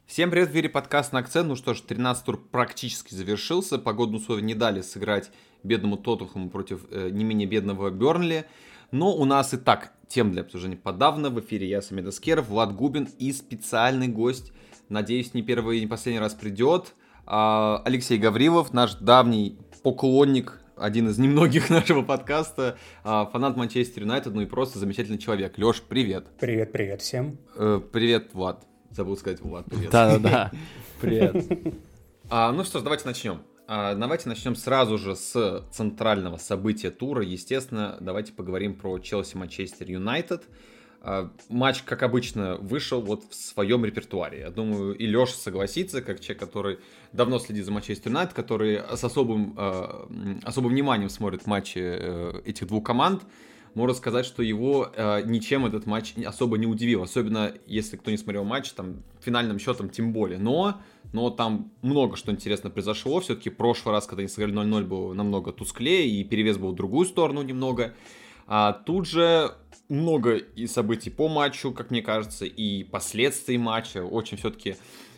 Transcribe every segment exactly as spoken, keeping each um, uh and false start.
Всем привет, в эфире подкаст на акцент. Ну что ж, тринадцатый тур практически завершился. Погодные условия не дали сыграть бедному Тоттенхэму против э, не менее бедного Бернли. Но у нас и так тем для обсуждения подавно. В эфире я, Самед Аскеров, Влад Губин и специальный гость. Надеюсь, не первый и не последний раз придет. А, Алексей Гаврилов, наш давний поклонник, один из немногих нашего подкаста, а, фанат Манчестер Юнайтед, ну и просто замечательный человек. Леш, привет. Привет, привет всем. Э, привет, Влад. Забыл сказать, Влад, привет. Да-да-да, привет. А, ну что ж, давайте начнем. А, давайте начнем сразу же с центрального события тура. Естественно, давайте поговорим про Челси-Манчестер Юнайтед. А, матч, как обычно, вышел вот в своем репертуаре. Я думаю, и Леша согласится, как человек, который давно следит за Манчестер Юнайтед, который с особым, э, особым вниманием смотрит матчи э, этих двух команд. Можно сказать, что его э, ничем этот матч особо не удивил. Особенно, если кто не смотрел матч, там, финальным счетом тем более. Но, но там много что интересно произошло. Все-таки прошлый раз, когда они сыграли ноль-ноль, был намного тусклее, и перевес был в другую сторону немного. А тут же много и событий по матчу, как мне кажется, и последствий матча. Очень все-таки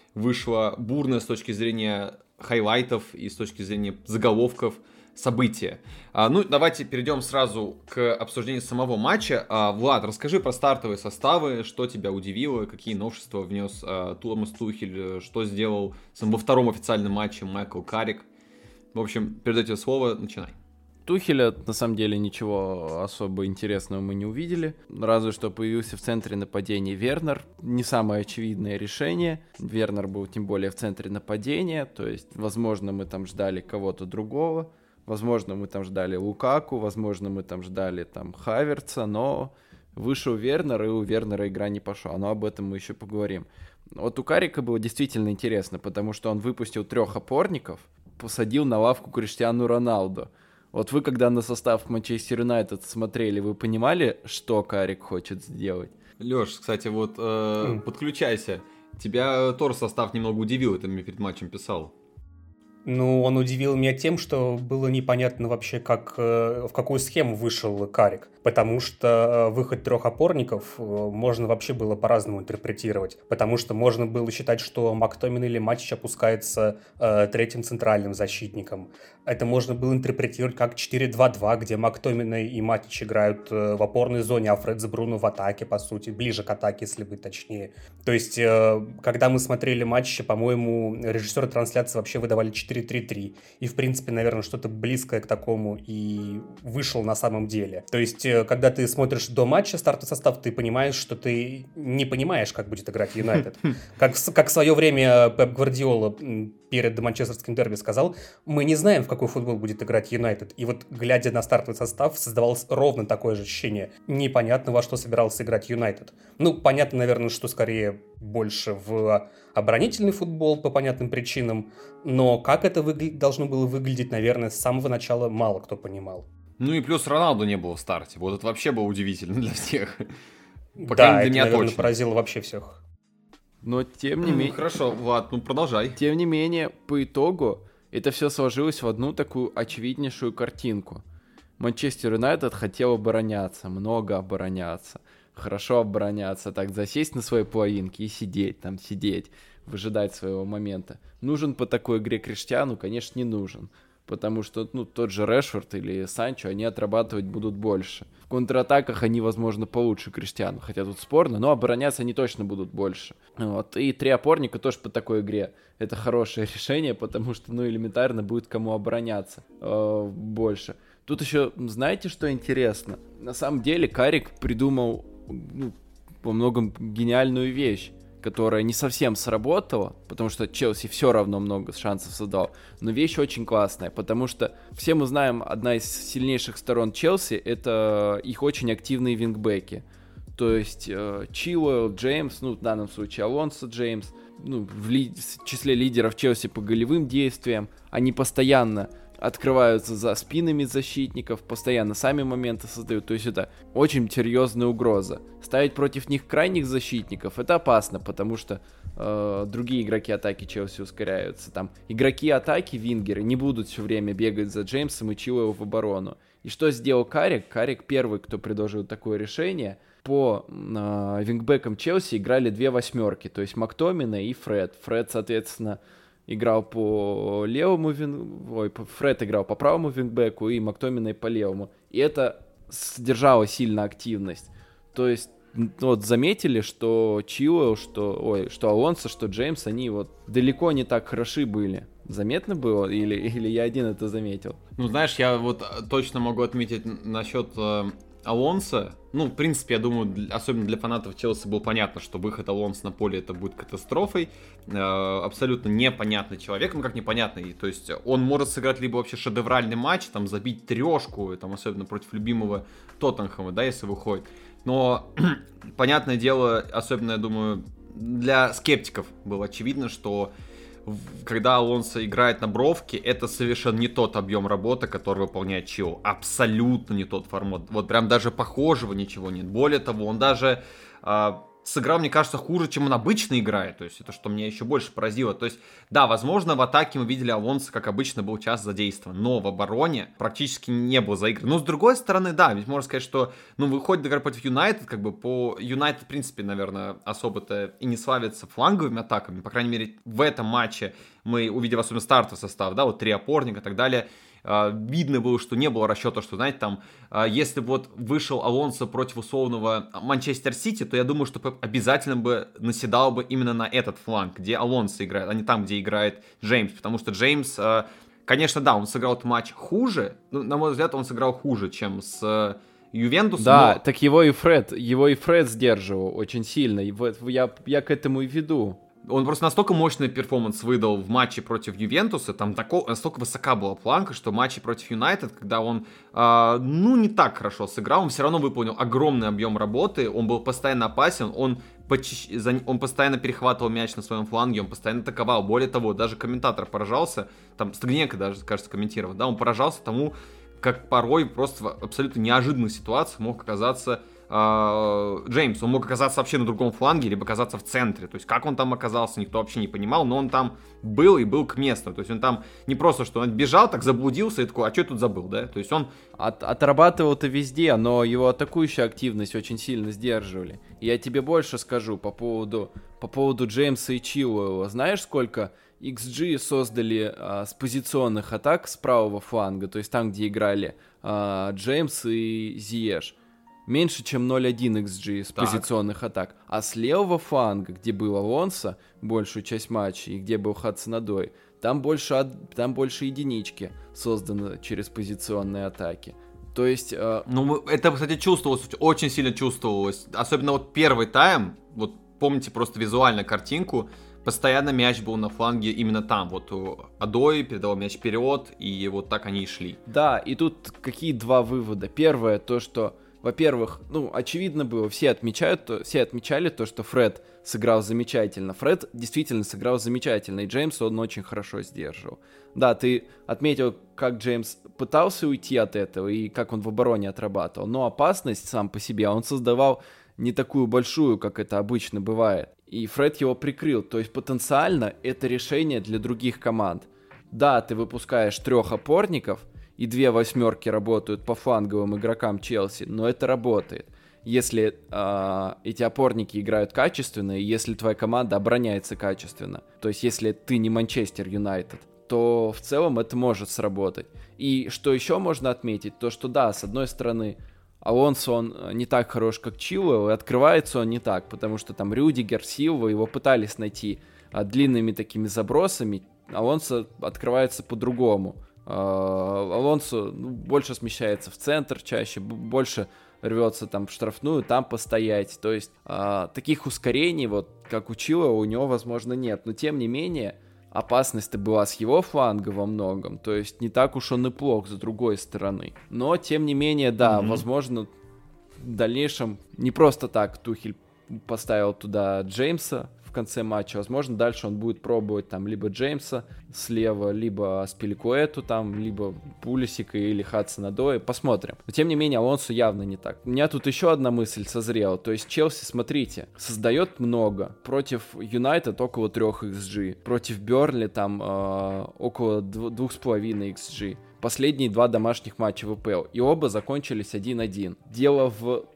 вышло бурно с точки зрения хайлайтов и с точки зрения заголовков события. А, ну, давайте перейдем сразу к обсуждению самого матча. А, Влад, расскажи про стартовые составы, что тебя удивило, какие новшества внес а, Томас Тухель, что сделал сам во втором официальном матче Майкл Каррик. В общем, передаю тебе слово, начинай. Тухеля, на самом деле, ничего особо интересного мы не увидели. Разве что появился в центре нападения Вернер. Не самое очевидное решение. Вернер был тем более в центре нападения. То есть, возможно, мы там ждали кого-то другого. Возможно, мы там ждали Лукаку, возможно, мы там ждали там Хаверца, но вышел Вернер, и у Вернера игра не пошла. Но об этом мы еще поговорим. Вот у Каррика было действительно интересно, потому что он выпустил трех опорников, посадил на лавку Криштиану Роналду. Вот вы, когда на состав Манчестер Юнайтед смотрели, вы понимали, что Каррик хочет сделать? Леш, кстати, вот э, mm. подключайся. Тебя тоже состав немного удивил, это мне перед матчем писал. Ну, он удивил меня тем, что было непонятно вообще, как, в какую схему вышел Каррик. Потому что выход трех опорников можно вообще было по-разному интерпретировать. Потому что можно было считать, что Мактоминай или Матич опускается э, третьим центральным защитником. Это можно было интерпретировать как четыре два-два, где Мактоминай и Матич играют в опорной зоне, а Фред Бруно в атаке, по сути, ближе к атаке, если быть точнее. То есть, э, когда мы смотрели матчи, по-моему, режиссеры трансляции вообще выдавали четыре три-три. И, в принципе, наверное, что-то близкое к такому и вышел на самом деле. То есть, когда ты смотришь до матча стартовый состав, ты понимаешь, что ты не понимаешь, как будет играть Юнайтед. Как, как в свое время Пеп Гвардиола перед манчестерским дерби сказал, мы не знаем, в какой футбол будет играть Юнайтед. И вот, глядя на стартовый состав, создавалось ровно такое же ощущение. Непонятно, во что собирался играть Юнайтед. Ну, понятно, наверное, что скорее больше в оборонительный футбол по понятным причинам, но как это выгля- должно было выглядеть, наверное, с самого начала мало кто понимал. Ну и плюс Роналду не было в старте. Вот это вообще было удивительно для всех. По да, это, меня наверное, точно поразило вообще всех. Но тем не менее... Хорошо, Влад, ну продолжай. Тем не менее, по итогу, это все сложилось в одну такую очевиднейшую картинку. Манчестер Юнайтед хотел обороняться, много обороняться, хорошо обороняться, так засесть на своей половинке и сидеть там, сидеть, выжидать своего момента. Нужен по такой игре Криштиану? Конечно, не нужен. Потому что, ну, тот же Решфорд или Санчо, они отрабатывать будут больше. В контратаках они, возможно, получше Криштиану, хотя тут спорно, но обороняться они точно будут больше. Вот. И три опорника тоже по такой игре. Это хорошее решение, потому что, ну, элементарно будет кому обороняться э, больше. Тут еще, знаете, что интересно? На самом деле Каррик придумал, ну, во многом гениальную вещь, которая не совсем сработала, потому что Челси все равно много шансов создал, но вещь очень классная, потому что все мы знаем, одна из сильнейших сторон Челси — это их очень активные вингбеки. То есть э, Чилуэлл, Джеймс, ну в данном случае Алонсо Джеймс, ну, в, ли- в числе лидеров Челси по голевым действиям, они постоянно открываются за спинами защитников, постоянно сами моменты создают, то есть это очень серьезная угроза. Ставить против них крайних защитников — это опасно, потому что э, другие игроки атаки Челси ускоряются. Там игроки атаки, вингеры, не будут все время бегать за Джеймсом и Чилуэлл в оборону. И что сделал Каррик? Каррик первый, кто предложил такое решение. по э, вингбэкам Челси играли две восьмерки, то есть Мактомина и Фред. Фред, соответственно, играл по левому вин... Ой, Фред играл по правому вингбэку и Мактоминой по левому. И это содержало сильно активность. То есть вот заметили, что Чилуэлл, что, ой, что Алонсо, что Джеймс, они вот далеко не так хороши были. Заметно было? Или, или я один это заметил? Ну, знаешь, я вот точно могу отметить насчет э, Алонсо. Ну, в принципе, я думаю, для, особенно для фанатов Челси было понятно, что выход Алонсо на поле это будет катастрофой. Э, абсолютно непонятный человек, ну как непонятный. То есть он может сыграть либо вообще шедевральный матч, там забить трешку, там, особенно против любимого Тоттенхэма, да, если выходит. Но, понятное дело, особенно, я думаю, для скептиков было очевидно, что когда Алонсо играет на бровке, это совершенно не тот объем работы, который выполняет Чилуэлл. Абсолютно не тот формат. Вот прям даже похожего ничего нет. Более того, он даже э, сыграл, мне кажется, хуже, чем он обычно играет. То есть это что меня еще больше поразило. То есть, да, возможно, в атаке мы видели Алонсо, как обычно, был часто задействован. Но в обороне практически не был заигран. Но с другой стороны, да, ведь можно сказать, что, ну, выходит игра против Юнайтед, как бы по Юнайтед, в принципе, наверное, особо-то и не славится фланговыми атаками. По крайней мере, в этом матче мы увидели особенно стартовый состав, да, вот три опорника и так далее. Видно было, что не было расчета, что, знаете, там, если вот вышел Алонсо против условного Манчестер Сити, то я думаю, что Пеп обязательно бы наседал бы именно на этот фланг, где Алонсо играет, а не там, где играет Джеймс, потому что Джеймс, конечно, да, он сыграл этот матч хуже, но, на мой взгляд, он сыграл хуже, чем с Ювентусом. Да, но... так его и Фред, его и Фред сдерживал очень сильно, я, я к этому и веду. Он просто настолько мощный перформанс выдал в матче против Ювентуса, там тако, настолько высока была планка, что в матче против Юнайтед, когда он, э, ну, не так хорошо сыграл, он все равно выполнил огромный объем работы, он был постоянно опасен, он, почти, он постоянно перехватывал мяч на своем фланге, он постоянно атаковал. Более того, даже комментатор поражался, там Стагненко даже, кажется, комментировал, да, он поражался тому, как порой просто в абсолютно неожиданных ситуациях мог оказаться Джеймс. Он мог оказаться вообще на другом фланге, либо оказаться в центре. То есть как он там оказался, никто вообще не понимал, но он там был и был к месту. То есть он там не просто, что он бежал, так заблудился и такой, а что я тут забыл, да? То есть он... От, отрабатывал-то везде, но его атакующая активность очень сильно сдерживали. И я тебе больше скажу по поводу, по поводу Джеймса и Чилуэлла. Знаешь, сколько икс джи создали а, с позиционных атак с правого фланга, то есть там, где играли а, Джеймс и Зиеш? Меньше, чем ноль целых одна десятых икс джи с так. позиционных атак. А с левого фланга, где был Алонсо большую часть матча, и где был Хадсон-Одой, там больше, там больше единички создано через позиционные атаки. То есть... Э... Ну, это, кстати, чувствовалось, очень сильно чувствовалось. Особенно вот первый тайм, вот помните просто визуально картинку, постоянно мяч был на фланге именно там. Вот Одой передавал мяч вперед, и вот так они и шли. Да, и тут какие два вывода. Первое, то, что... Во-первых, ну, очевидно было, все отмечают, все отмечали то, что Фред сыграл замечательно. Фред действительно сыграл замечательно, и Джеймс он очень хорошо сдерживал. Да, ты отметил, как Джеймс пытался уйти от этого, и как он в обороне отрабатывал, но опасность сам по себе он создавал не такую большую, как это обычно бывает. И Фред его прикрыл, то есть потенциально это решение для других команд. Да, ты выпускаешь трех опорников, и две восьмерки работают по фланговым игрокам Челси, но это работает. Если э, эти опорники играют качественно, и если твоя команда обороняется качественно, то есть если ты не Манчестер Юнайтед, то в целом это может сработать. И что еще можно отметить, то что да, с одной стороны, Алонсо он не так хорош, как Чилуэлл, и открывается он не так, потому что там Рюдигер, Силва, его пытались найти а, длинными такими забросами, Алонсо открывается по-другому. Алонсо больше смещается в центр чаще, больше рвется там в штрафную, там постоять. То есть э, таких ускорений, вот как у Чилуэлла, у него, возможно, нет. Но тем не менее, опасность-то была с его фланга во многом. То есть не так уж он и плох с другой стороны. Но тем не менее, да, mm-hmm. возможно, в дальнейшем не просто так Тухель поставил туда Джеймса в конце матча. Возможно, дальше он будет пробовать там либо Джеймса слева, либо Аспиликуэту там, либо Пулисика или Хадсона-Одоя. Посмотрим. Но тем не менее, Алонсо явно не так. У меня тут еще одна мысль созрела. То есть Челси, смотрите, создает много. Против Юнайтед около три икс джи. Против Бернли там э, около два с половиной икс джи. Последние два домашних матча в АПЛ. И оба закончились один один. Дело в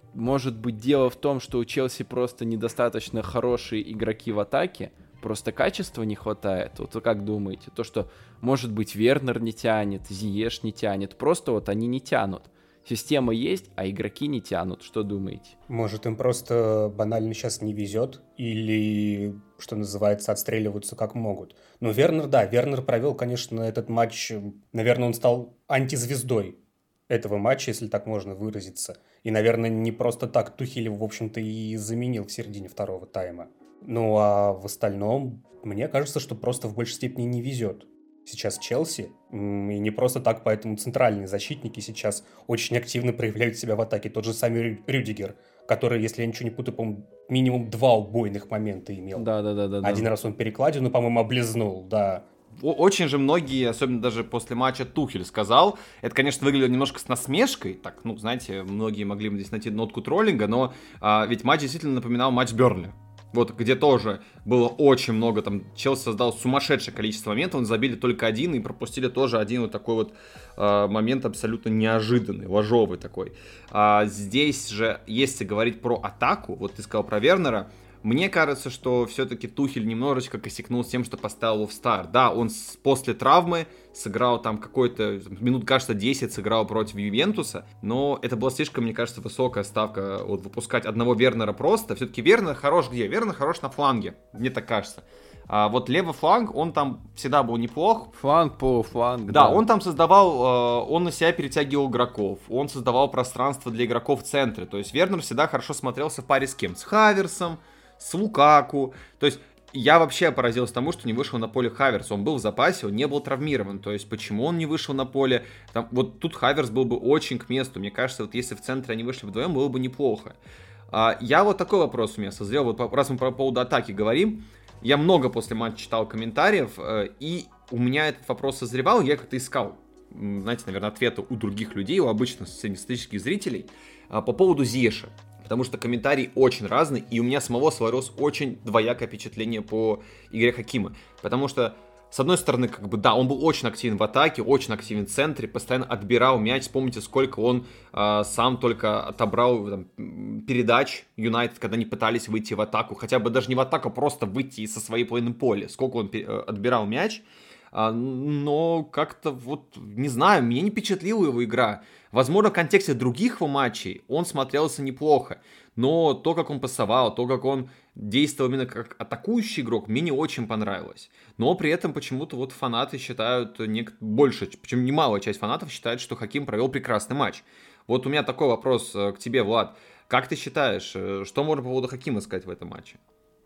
может быть, дело в том, что у Челси просто недостаточно хорошие игроки в атаке, просто качества не хватает. Вот вы как думаете? То, что, может быть, Вернер не тянет, Зиеш не тянет, просто вот они не тянут. Система есть, а игроки не тянут. Что думаете? Может, им просто банально сейчас не везет или, что называется, отстреливаются как могут. Ну, Вернер, да, Вернер провел, конечно, этот матч, наверное, он стал антизвездой этого матча, если так можно выразиться. И, наверное, не просто так Тухель его, в общем-то, и заменил в середине второго тайма. Ну, а в остальном, мне кажется, что просто в большей степени не везет сейчас Челси, и не просто так, поэтому центральные защитники сейчас очень активно проявляют себя в атаке. Тот же самый Рюдигер, который, если я ничего не путаю, по-моему, минимум два убойных момента имел. Да-да-да. Один раз он перекладину, по-моему, облизнул, да. Очень же многие, особенно даже после матча, Тухель сказал, это, конечно, выглядело немножко с насмешкой, так, ну, знаете, многие могли бы здесь найти нотку троллинга, но а, ведь матч действительно напоминал матч Бернли. Вот, где тоже было очень много, там, Челси создал сумасшедшее количество моментов, он забили только один и пропустили тоже один вот такой вот э, момент абсолютно неожиданный, ложовый такой. А здесь же, если говорить про атаку, вот ты сказал про Вернера, мне кажется, что все-таки Тухель немножечко косякнул с тем, что поставил его в старт. Да, он с, после травмы сыграл там какой-то, минут, кажется, десять сыграл против Ювентуса, но это была слишком, мне кажется, высокая ставка, вот выпускать одного Вернера просто. Все-таки Вернер хорош где? Вернер хорош на фланге, мне так кажется. А вот левый фланг, он там всегда был неплох. Фланг, полуфланг. Да, да, он там создавал, он на себя перетягивал игроков, он создавал пространство для игроков в центре. То есть Вернер всегда хорошо смотрелся в паре с кем? С Хаверсом, с Лукаку. То есть я вообще поразился тому, что не вышел на поле Хаверс. Он был в запасе, он не был травмирован. То есть почему он не вышел на поле? Там, вот тут Хаверс был бы очень к месту. Мне кажется, вот если в центре они вышли вдвоем, было бы неплохо. А, я вот такой вопрос у меня созрел. Вот раз мы по поводу атаки говорим, я много после матча читал комментариев, и у меня этот вопрос созревал, я как-то искал, знаете, наверное, ответы у других людей, у обычных среднестатистических зрителей по поводу Зиеша. Потому что комментарии очень разные, и у меня самого сложилось очень двоякое впечатление по игре Хакима. Потому что, с одной стороны, как бы, да, он был очень активен в атаке, очень активен в центре, постоянно отбирал мяч. Вспомните, сколько он э, сам только отобрал там, передач Юнайтед, когда они пытались выйти в атаку. Хотя бы даже не в атаку, а просто выйти со своей половины поля. Сколько он э, отбирал мяч. А, но как-то вот, не знаю, меня не впечатлила его игра. Возможно, в контексте других его матчей он смотрелся неплохо, но то, как он пасовал, то, как он действовал именно как атакующий игрок, мне не очень понравилось. Но при этом почему-то вот фанаты считают, нек- больше, причем немалая часть фанатов считает, что Хаким провел прекрасный матч. Вот у меня такой вопрос к тебе, Влад. Как ты считаешь, что можно по поводу Хакима сказать в этом матче?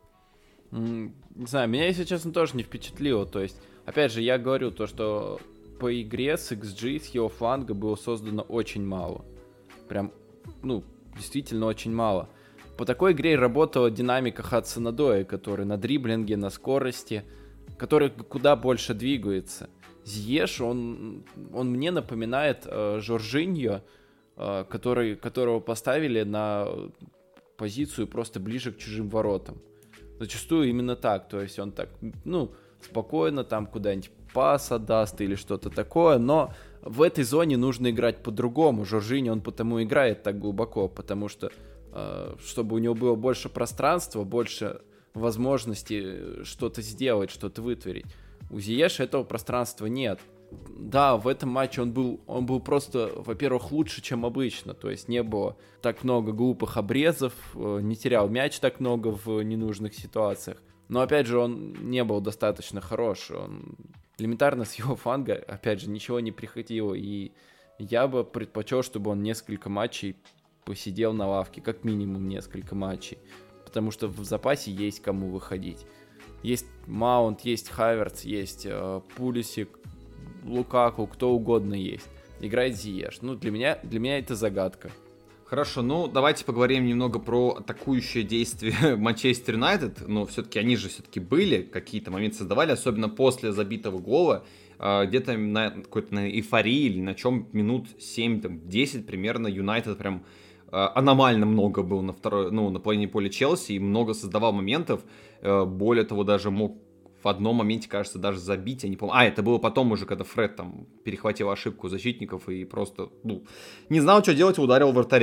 Не знаю, меня, если честно, тоже не впечатлило. То есть, опять же, я говорю то, что по игре с икс джи, с его фланга было создано очень мало. Прям, ну, действительно очень мало. По такой игре работала динамика Хадсона-Одои, который на дриблинге, на скорости, который куда больше двигается. Зиеш, он, он мне напоминает э, Жоржиньо, э, который, которого поставили на позицию просто ближе к чужим воротам. Зачастую именно так, то есть он так, ну, спокойно там куда-нибудь пас отдаст или что-то такое, но в этой зоне нужно играть по-другому. Жоржиньо, он потому играет так глубоко, потому что, э, чтобы у него было больше пространства, больше возможности что-то сделать, что-то вытворить. У Зиеша этого пространства нет. Да, в этом матче он был, он был просто, во-первых, лучше, чем обычно. То есть не было так много глупых обрезов, не терял мяч так много в ненужных ситуациях. Но, опять же, он не был достаточно хорош. Он элементарно с его фланга, опять же, ничего не приходило. И я бы предпочел, чтобы он несколько матчей посидел на лавке, как минимум несколько матчей. Потому что в запасе есть кому выходить. Есть Маунт, есть Хаверц, есть э, Пулисик, Лукаку, кто угодно есть. Играет Зиеш. Ну, для меня, для меня это загадка. Хорошо, ну давайте поговорим немного про атакующие действия Манчестер Юнайтед. Но все-таки они же все-таки были, какие-то моменты создавали, особенно после забитого гола. Где-то на какой-то на эйфории или на чем минут семь-десять примерно Юнайтед прям аномально много был на второй, ну, на половине поля Челси и много создавал моментов. Более того, даже мог в одном моменте, кажется, даже забить, я не помню. А, это было потом уже, когда Фред там перехватил ошибку защитников и просто, ну, не знал, что делать, и ударил вратаря.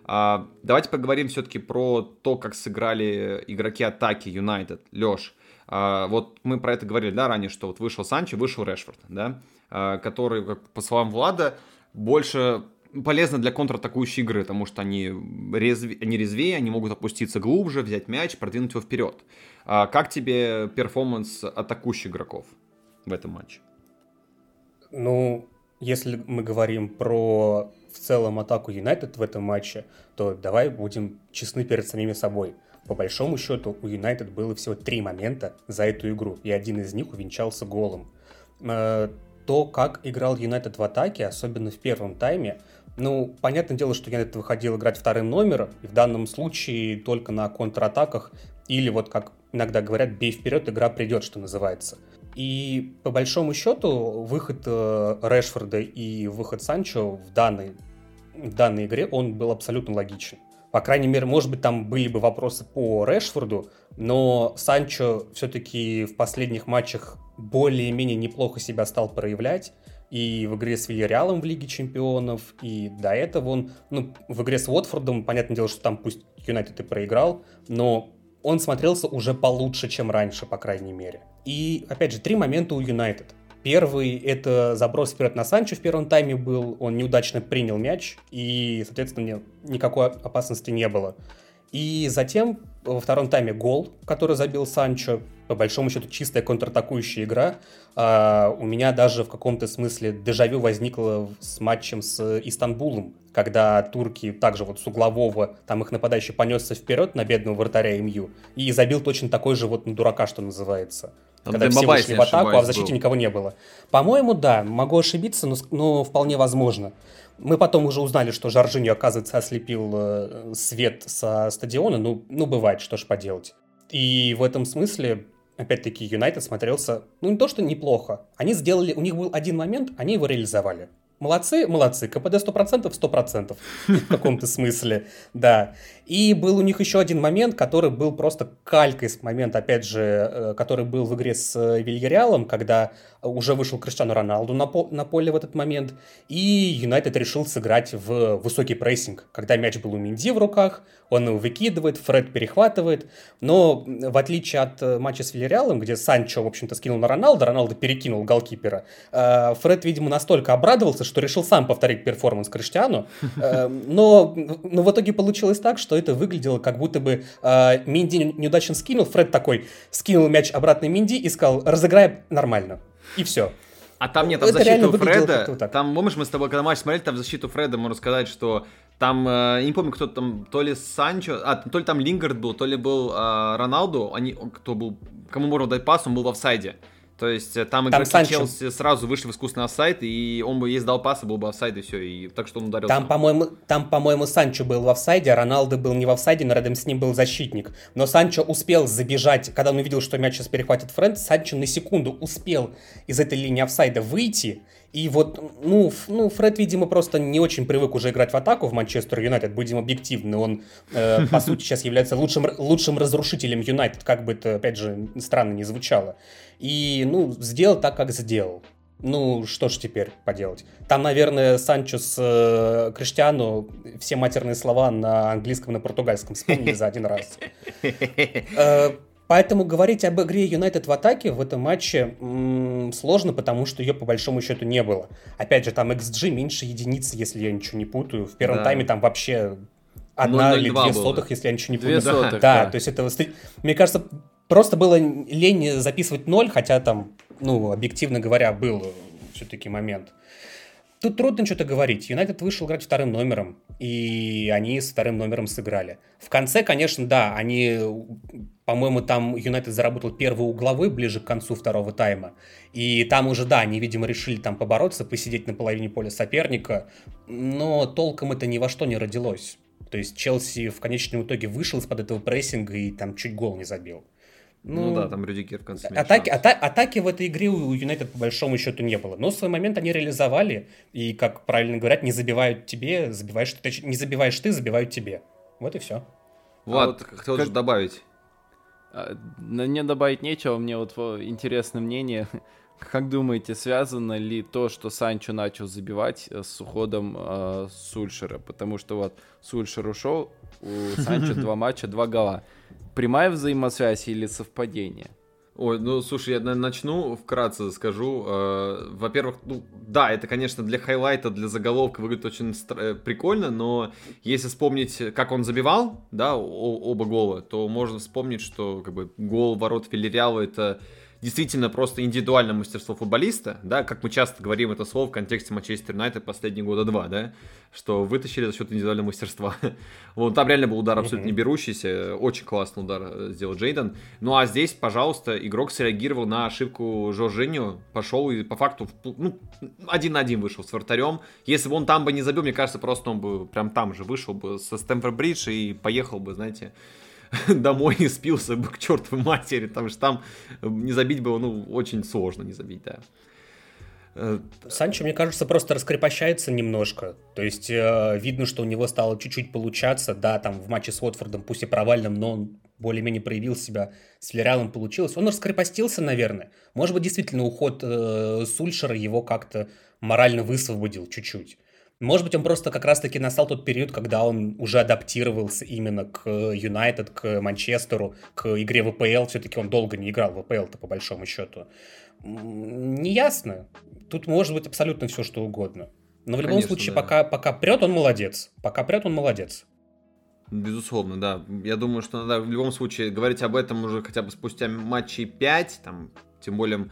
А, давайте поговорим все-таки про то, как сыграли игроки атаки Юнайтед. Леш, а, вот мы про это говорили, да, ранее, что вот вышел Санчо, вышел Решфорд, да, а, который, как, по словам Влада, больше полезно для контратакующей игры, потому что они, резве, они резвее, они могут опуститься глубже, взять мяч, продвинуть его вперед. А как тебе перформанс атакующих игроков в этом матче? Ну, если мы говорим про в целом атаку Юнайтед в этом матче, то давай будем честны перед самими собой. По большому счету у Юнайтед было всего три момента за эту игру, и один из них увенчался голом. То, как играл Юнайтед в атаке, особенно в первом тайме, ну, понятное дело, что Юнайтед выходил играть вторым номером, и в данном случае только на контратаках, или вот как иногда говорят, бей вперед, игра придет, что называется. И по большому счету выход э, Решфорда и выход Санчо в данной, в данной игре, он был абсолютно логичен. По крайней мере, может быть, там были бы вопросы по Решфорду, но Санчо все-таки в последних матчах более-менее неплохо себя стал проявлять. И в игре с Вильярреалом в Лиге Чемпионов, и до этого он, ну, в игре с Уотфордом, понятное дело, что там пусть Юнайтед и проиграл, но он смотрелся уже получше, чем раньше, по крайней мере. И, опять же, три момента у Юнайтед. Первый — это заброс вперед на Санчо в первом тайме был, он неудачно принял мяч, и, соответственно, никакой опасности не было. И затем во втором тайме гол, который забил Санчо, по большому счету чистая контратакующая игра. А, у меня даже в каком-то смысле дежавю возникло с матчем с Истанбулом, когда турки также вот с углового, там их нападающий понесся вперед на бедного вратаря МЮ и забил точно такой же вот на дурака, что называется. Там когда все вышли в атаку, а в защите был. Никого не было. По-моему, да, могу ошибиться, но, но вполне возможно. Мы потом уже узнали, что Жоржиньо, оказывается, ослепил э, свет со стадиона. Ну, ну, бывает, что ж поделать. И в этом смысле, опять-таки, Юнайтед смотрелся, ну, не то, что неплохо. Они сделали, у них был один момент, они его реализовали. Молодцы, молодцы. КПД сто процентов, сто процентов в каком-то смысле, да. И был у них еще один момент, который был просто калькой с момента, опять же, который был в игре с Вильярреалом, когда уже вышел Криштиану Роналду на, по- на поле в этот момент, и Юнайтед решил сыграть в высокий прессинг, когда мяч был у Менди в руках, он его выкидывает, Фред перехватывает, но в отличие от матча с Вильярреалом, где Санчо, в общем-то, скинул на Роналду, Роналду перекинул голкипера, Фред, видимо, настолько обрадовался, что решил сам повторить перформанс Криштиану, но, но в итоге получилось так, что это выглядело, как будто бы Менди неудачно скинул, Фред такой скинул мяч обратно Менди и сказал, разыграй нормально. И все. А там нет, там это защиту Фреда, там, помнишь, мы с тобой, когда матч смотрели, там в защиту Фреда, можно сказать, что там, я не помню, кто там, то ли Санчо, а, то ли там Лингард был, то ли был а, Роналду, они, кто был, кому можно дать пас, он был в офсайде. То есть там, там игроки Челси сразу вышли в искусственный офсайд, и он бы, если дал пас, был бы офсайд, и все, и так что он ударил. Там, по-моему, там, по-моему, Санчо был в офсайде, а Роналдо был не в офсайде, но рядом с ним был защитник. Но Санчо успел забежать, когда он увидел, что мяч сейчас перехватит Фред, Санчо на секунду успел из этой линии офсайда выйти, и вот, ну, ну, Фред, видимо, просто не очень привык уже играть в атаку в Манчестер Юнайтед, будем объективны, он, э, по сути, сейчас является лучшим, лучшим разрушителем Юнайтед, как бы это, опять же, странно не звучало. И, ну, сделал так, как сделал. Ну, что ж теперь поделать? Там, наверное, Санчо с э, Криштиану все матерные слова на английском и на португальском вспомнили за один раз. Поэтому говорить об игре Юнайтед в атаке в этом матче м- сложно, потому что ее по большому счету не было. Опять же, там икс джи меньше единицы, если я ничего не путаю. В первом да. тайме там вообще одна или две сотых, если я ничего не путаю. Две сотых, да, да, то есть это, мне кажется, просто было лень записывать ноль, хотя там, ну, объективно говоря, был все-таки момент. Тут трудно что-то говорить. Юнайтед вышел играть вторым номером, и они с вторым номером сыграли. В конце, конечно, да, они, по-моему, там Юнайтед заработал первый угловой ближе к концу второго тайма. И там уже, да, они, видимо, решили там побороться, посидеть на половине поля соперника, но толком это ни во что не родилось. То есть Челси в конечном итоге вышел из-под этого прессинга и там чуть гол не забил. Ну, ну да, там Рюдигер в конце. Атаки, ата- атаки в этой игре у Юнайтед по большому счету не было. Но в свой момент они реализовали. И, как правильно говорят, не забивают тебе, забиваешь ты, не забиваешь ты, забивают тебе. Вот и все. Влад, а вот, хотел как... же добавить. А, мне добавить нечего. Мне вот интересное мнение. Как думаете, связано ли то, что Санчо начал забивать с уходом э, Сульшера? Потому что вот Сульшер ушел, у Санчо два матча, два гола. Прямая взаимосвязь или совпадение? Ой, ну, слушай, я наверное, начну, вкратце скажу. Э, во-первых, ну, да, это, конечно, для хайлайта, для заголовка выглядит очень стр- прикольно, но если вспомнить, как он забивал, да, о- оба гола, то можно вспомнить, что, как бы, гол ворот Вильярреала — это действительно просто индивидуальное мастерство футболиста, да, как мы часто говорим это слово в контексте Манчестер Юнайтед последние года два, да, что вытащили за счет индивидуального мастерства. Вот там реально был удар абсолютно не берущийся, очень классный удар сделал Джейден. Ну а здесь, пожалуйста, игрок среагировал на ошибку Жоржиньо, пошел и по факту, ну, один на один вышел с вратарем. Если бы он там бы не забил, мне кажется, просто он бы прям там же вышел бы со Стэмфорд-Бридж и поехал бы, знаете, домой и спился бы к чертовой матери, потому что там не забить было, ну, очень сложно не забить, да. Санчо, мне кажется, просто раскрепощается немножко. То есть э, видно, что у него стало чуть-чуть получаться. Да, там в матче с Уотфордом, пусть и провальным, но он более-менее проявил себя. С Вильярреалом получилось. Он раскрепостился, наверное. Может быть, действительно, уход э, Сульшера его как-то морально высвободил чуть-чуть. Может быть, он просто как раз-таки настал тот период, когда он уже адаптировался именно к Юнайтед, к Манчестеру, к игре в АПЛ. Все-таки он долго не играл в АПЛ-то, по большому счету. Неясно. Тут может быть абсолютно все, что угодно. Но в любом Конечно, случае, да. пока, пока прет, он молодец. Пока прет, он молодец. Безусловно, да. Я думаю, что надо в любом случае говорить об этом уже хотя бы спустя матчей пять, там, тем более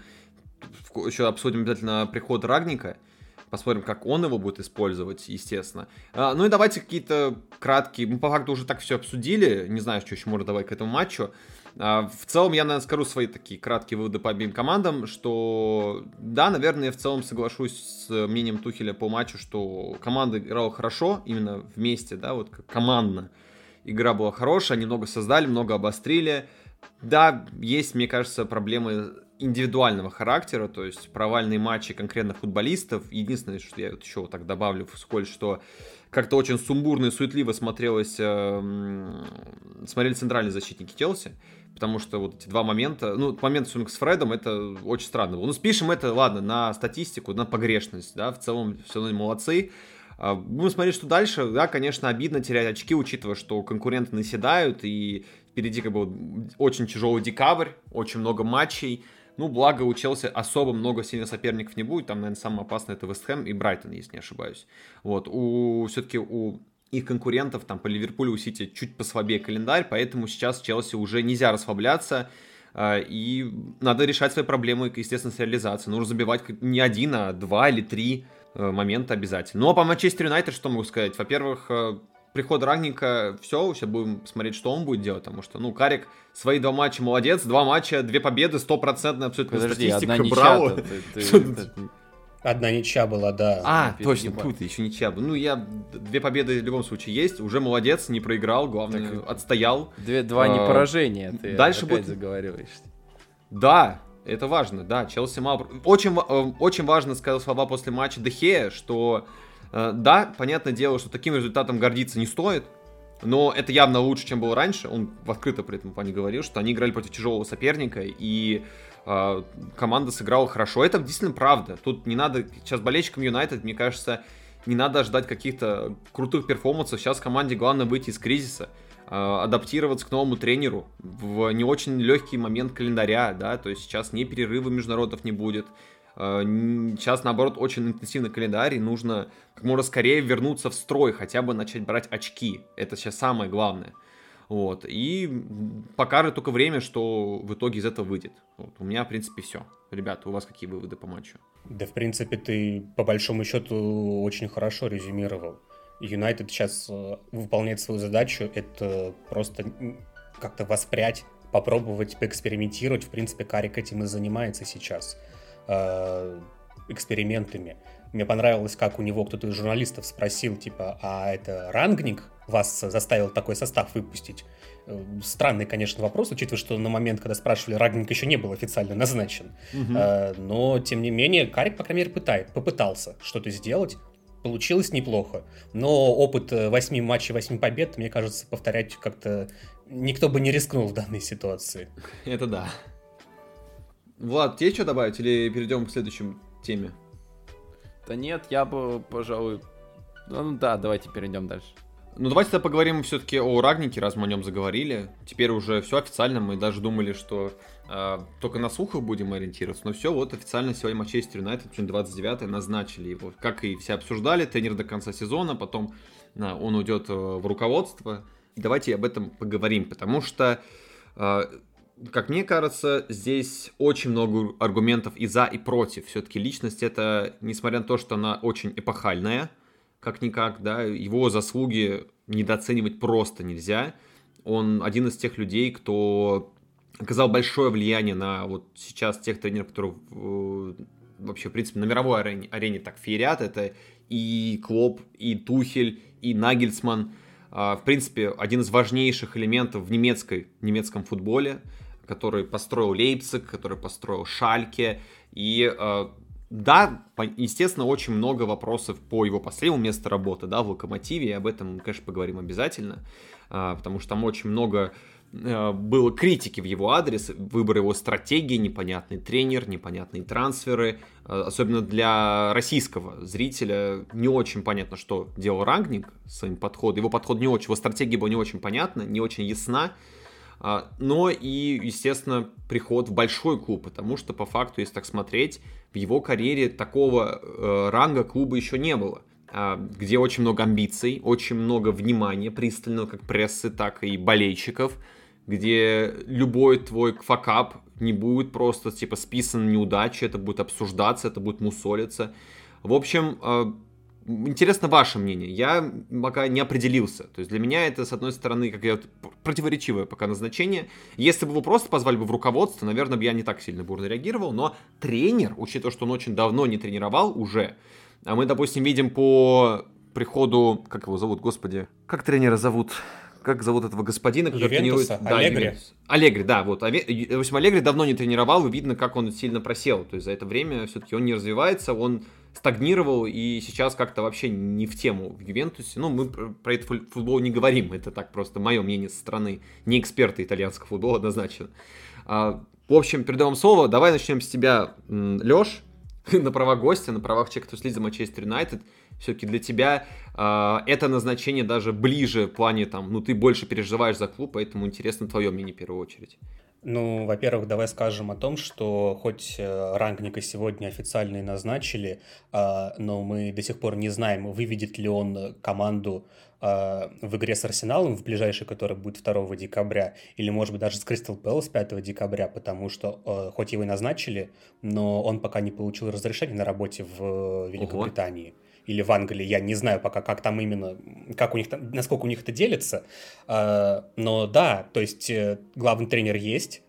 еще обсудим обязательно приход Рагника. Посмотрим, как он его будет использовать, естественно. А, ну и давайте какие-то краткие... Мы по факту уже так все обсудили. Не знаю, что еще можно добавить к этому матчу. А, в целом, я, наверное, скажу свои такие краткие выводы по обеим командам, что, да, наверное, я в целом соглашусь с мнением Тухеля по матчу, что команда играла хорошо, именно вместе, да, вот как командно. Игра была хорошая, они много создали, много обострили. Да, есть, мне кажется, проблемы индивидуального характера, то есть провальные матчи конкретных футболистов. Единственное, что я вот еще вот так добавлю вскользь, что как-то очень сумбурно и суетливо смотрелось, э, смотрели центральные защитники Челси, потому что вот эти два момента, ну, момент с Фредом, это очень странно было. Ну, спишем это, ладно, на статистику, на погрешность, да, в целом все равно молодцы. Будем смотреть, что дальше. Да, конечно, обидно терять очки, учитывая, что конкуренты наседают, и впереди как бы очень тяжелый декабрь, очень много матчей. Ну, благо у Челси особо много сильных соперников не будет. Там, наверное, самый опасный это Вест Хэм и Брайтон, если не ошибаюсь. Вот, у, все-таки у их конкурентов, там, по Ливерпулю, у Сити чуть послабее календарь, поэтому сейчас Челси уже нельзя расслабляться, и надо решать свои проблемы, естественно, с реализацией. Нужно забивать не один, а два или три момента обязательно. Ну, а по Манчестер Юнайтед что могу сказать? Во-первых, приход Рагника, все, сейчас будем смотреть, что он будет делать, потому что, ну, Карик свои два матча молодец, два матча, две победы, стопроцентная абсолютно Подожди, статистика, одна браво. ничья-то, ты- ты- ты- Одна ничья была, да. А, не точно, перегибай. тут еще ничья. Ну, я две победы в любом случае есть, уже молодец, не проиграл, главное, Так, отстоял. Две, два не А, поражения, ты дальше опять будет- заговариваешься. Да, это важно, да, Челси мало... Очень, ва- э, очень важно, сказал слова после матча Де Геа, что, э, да, понятное дело, что таким результатом гордиться не стоит, но это явно лучше, чем было раньше. Он в открыто при этом плане говорил, что они играли против тяжелого соперника, и э, команда сыграла хорошо. Это действительно правда. Тут не надо... Сейчас болельщикам Юнайтед, мне кажется, не надо ждать каких-то крутых перформансов. Сейчас команде главное выйти из кризиса, адаптироваться к новому тренеру в не очень легкий момент календаря, да, то есть сейчас ни перерыва международных не будет, сейчас, наоборот, очень интенсивный календарь, и нужно как можно скорее вернуться в строй, хотя бы начать брать очки, это сейчас самое главное, вот, и покажет только время, что в итоге из этого выйдет. Вот, у меня, в принципе, все. Ребята, у вас какие выводы по матчу? Да, в принципе, ты по большому счету очень хорошо резюмировал. Юнайтед сейчас э, выполняет свою задачу, это просто как-то воспрять, попробовать, поэкспериментировать. В принципе, Карик этим и занимается сейчас, э, экспериментами. Мне понравилось, как у него кто-то из журналистов спросил, типа, а это Рангник вас заставил такой состав выпустить? Э, странный, конечно, вопрос, учитывая, что на момент, когда спрашивали, Рангник еще не был официально назначен. Угу. Э, но, тем не менее, Карик, по крайней мере, пытает, попытался что-то сделать. Получилось неплохо, но опыт восьми матчей, восьми побед, мне кажется, повторять как-то никто бы не рискнул в данной ситуации. Это да. Влад, тебе что добавить или перейдем к следующей теме? Да нет, я бы, пожалуй... Ну да, давайте перейдем дальше. Ну давайте тогда поговорим все-таки о Рагнике, раз мы о нем заговорили. Теперь уже все официально, мы даже думали, что э, только на слухах будем ориентироваться, но все, вот официально сегодня Манчестер Юнайтед, двадцать девятое, назначили его. Как и все обсуждали, тренер до конца сезона, потом э, он уйдет э, в руководство. Давайте об этом поговорим, потому что, э, как мне кажется, здесь очень много аргументов и за, и против. Все-таки личность это, несмотря на то, что она очень эпохальная, как-никак, да, его заслуги недооценивать просто нельзя. Он один из тех людей, кто оказал большое влияние на вот сейчас тех тренеров, которые в, вообще, в принципе, на мировой арене, арене так феерят. Это и Клоп, и Тухель, и Нагельсман. В принципе, один из важнейших элементов в немецкой, немецком футболе, который построил Лейпциг, который построил Шальке. И да, естественно, очень много вопросов по его последнему месту работы, да, в Локомотиве, и об этом, конечно, поговорим обязательно, потому что там очень много было критики в его адрес, выбор его стратегии, непонятный тренер, непонятные трансферы, особенно для российского зрителя не очень понятно, что делал Рангник своим подходом, его подход не очень, его стратегия была не очень понятна, не очень ясна, но и, естественно, приход в большой клуб, потому что, по факту, если так смотреть, в его карьере такого э, ранга клуба еще не было, э, где очень много амбиций, очень много внимания пристального, как прессы, так и болельщиков, где любой твой факап не будет просто типа списан неудачей, это будет обсуждаться, это будет мусолиться. В общем, э, интересно ваше мнение. Я пока не определился. То есть для меня это, с одной стороны, как я противоречивое пока назначение. Если бы его просто позвали бы в руководство, наверное, бы я не так сильно бурно реагировал. Но тренер, учитывая, что он очень давно не тренировал уже, а мы, допустим, видим по приходу... Как его зовут, господи? Как тренера зовут? Как зовут этого господина, который тренирует... Да, Аллегри. Аллегри, да, вот. В общем, Аллегри давно не тренировал, и видно, как он сильно просел. То есть за это время все-таки он не развивается, он стагнировал, и сейчас как-то вообще не в тему в Ювентусе. Ну, мы про этот футбол не говорим, это так просто мое мнение со стороны не эксперта итальянского футбола однозначно. В общем, передаю вам слово, давай начнем с тебя, Лёш, на правах гостя, на правах человека, кто следит за Манчестер Юнайтед. Все-таки для тебя э, это назначение даже ближе в плане, там, ну, ты больше переживаешь за клуб, поэтому интересно твое мнение в первую очередь. Ну, во-первых, давай скажем о том, что хоть Рангника сегодня официально и назначили, э, но мы до сих пор не знаем, выведет ли он команду э, в игре с Арсеналом в ближайшей, которая будет второго декабря, или, может быть, даже с Кристал Пэлас пятого декабря, потому что э, хоть его и назначили, но он пока не получил разрешения на работе в Великобритании. Ого. Или в Англии, я не знаю пока, как там именно, как у них там, насколько у них это делится, но да, то есть главный тренер есть,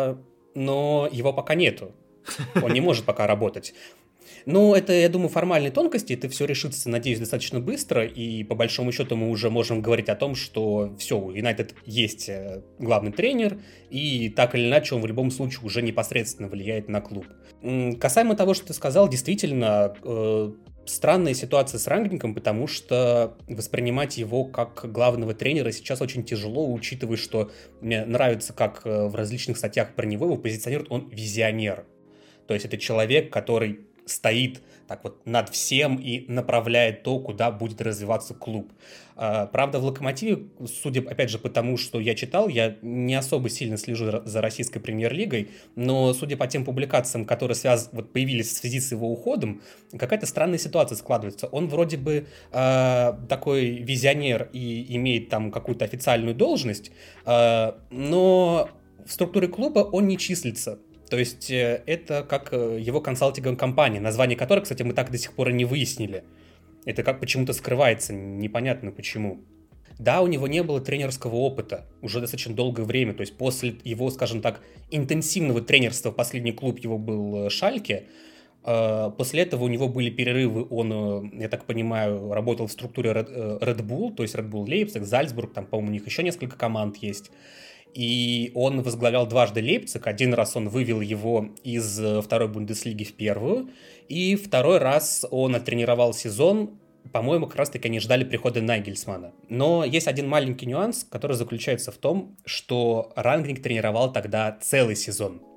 но его пока нету, он не может пока работать. Ну, это, я думаю, формальные тонкости, это все решится, надеюсь, достаточно быстро, и по большому счету мы уже можем говорить о том, что все, у Юнайтед есть главный тренер, и так или иначе он в любом случае уже непосредственно влияет на клуб. Касаемо того, что ты сказал, действительно, странная ситуация с Рангником, потому что воспринимать его как главного тренера сейчас очень тяжело, учитывая, что мне нравится, как в различных статьях про него его позиционируют, он визионер. То есть это человек, который стоит так вот над всем и направляет то, куда будет развиваться клуб. Правда, в «Локомотиве», судя, опять же, по тому, что я читал, я не особо сильно слежу за российской премьер-лигой, но, судя по тем публикациям, которые связ... вот появились в связи с его уходом, какая-то странная ситуация складывается. Он вроде бы э, такой визионер и имеет там какую-то официальную должность, э, но в структуре клуба он не числится. То есть это как его консалтинговая компания, название которой, кстати, мы так до сих пор и не выяснили. Это как почему-то скрывается, непонятно почему. Да, у него не было тренерского опыта уже достаточно долгое время, то есть после его, скажем так, интенсивного тренерства, последний клуб его был Шальке, после этого у него были перерывы, он, я так понимаю, работал в структуре Red Bull, то есть Red Bull Лейпциг, Зальцбург, там, по-моему, у них еще несколько команд есть. И он возглавлял дважды Лейпциг. Один раз он вывел его из второй Бундеслиги в первую. И второй раз он оттренировал сезон. По-моему, как раз-таки они ждали прихода Нагельсмана. Но есть один маленький нюанс, который заключается в том, что Рангник тренировал тогда целый сезон.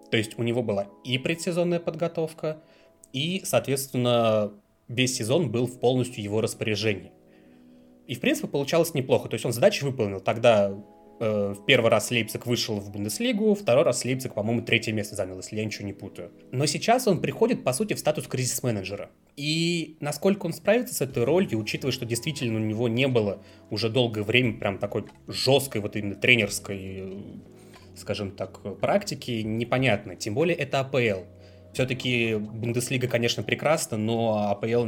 То есть у него была и предсезонная подготовка, и, соответственно, весь сезон был в полностью его распоряжении. И, в принципе, получалось неплохо. То есть он задачи выполнил. Тогда э, в первый раз Лейпциг вышел в Бундеслигу, второй раз Лейпциг, по-моему, третье место занял, если я ничего не путаю. Но сейчас он приходит, по сути, в статус кризис-менеджера. И насколько он справится с этой ролью, учитывая, что действительно у него не было уже долгое время прям такой жесткой вот именно тренерской, скажем так, практики, непонятно. Тем более это АПЛ. Все-таки Бундеслига, конечно, прекрасна, но АПЛ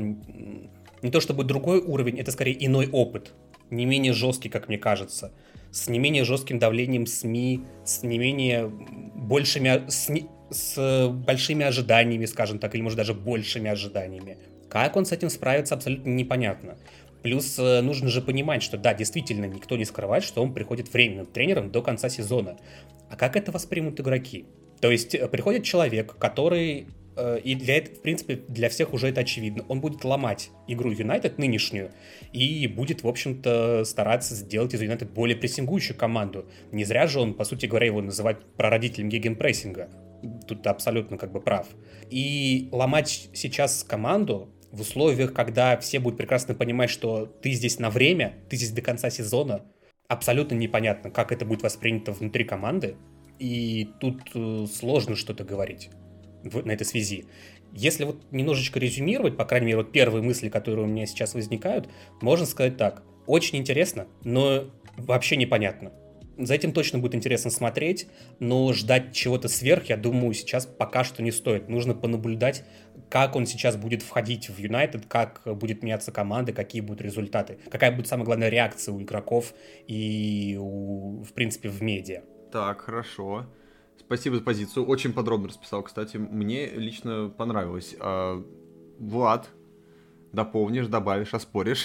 не то чтобы другой уровень, это скорее иной опыт. Не менее жесткий, как мне кажется. С не менее жестким давлением СМИ, с не менее большими, с, не, с большими ожиданиями, скажем так, или может даже большими ожиданиями. Как он с этим справится, абсолютно непонятно. Плюс нужно же понимать, что да, действительно, никто не скрывает, что он приходит временным тренером до конца сезона. А как это воспримут игроки? То есть приходит человек, который, э, и для этого, в принципе, для всех уже это очевидно, он будет ломать игру Юнайтед нынешнюю и будет, в общем-то, стараться сделать из Юнайтед более прессингующую команду. Не зря же он, по сути говоря, его называть прародителем гегенпрессинга. Тут ты абсолютно как бы прав. И ломать сейчас команду в условиях, когда все будут прекрасно понимать, что ты здесь на время, ты здесь до конца сезона, абсолютно непонятно, как это будет воспринято внутри команды. И тут э, сложно что-то говорить в, на этой связи. Если вот немножечко резюмировать, по крайней мере, вот первые мысли, которые у меня сейчас возникают, можно сказать так. Очень интересно, но вообще непонятно. За этим точно будет интересно смотреть, но ждать чего-то сверх, я думаю, сейчас пока что не стоит. Нужно понаблюдать, как он сейчас будет входить в Юнайтед, как будет меняться команда, какие будут результаты, какая будет самая главная реакция у игроков и, у, в принципе, в медиа. Так, хорошо. Спасибо за позицию. Очень подробно расписал, кстати. Мне лично понравилось. А, Влад, дополнишь, добавишь, оспоришь?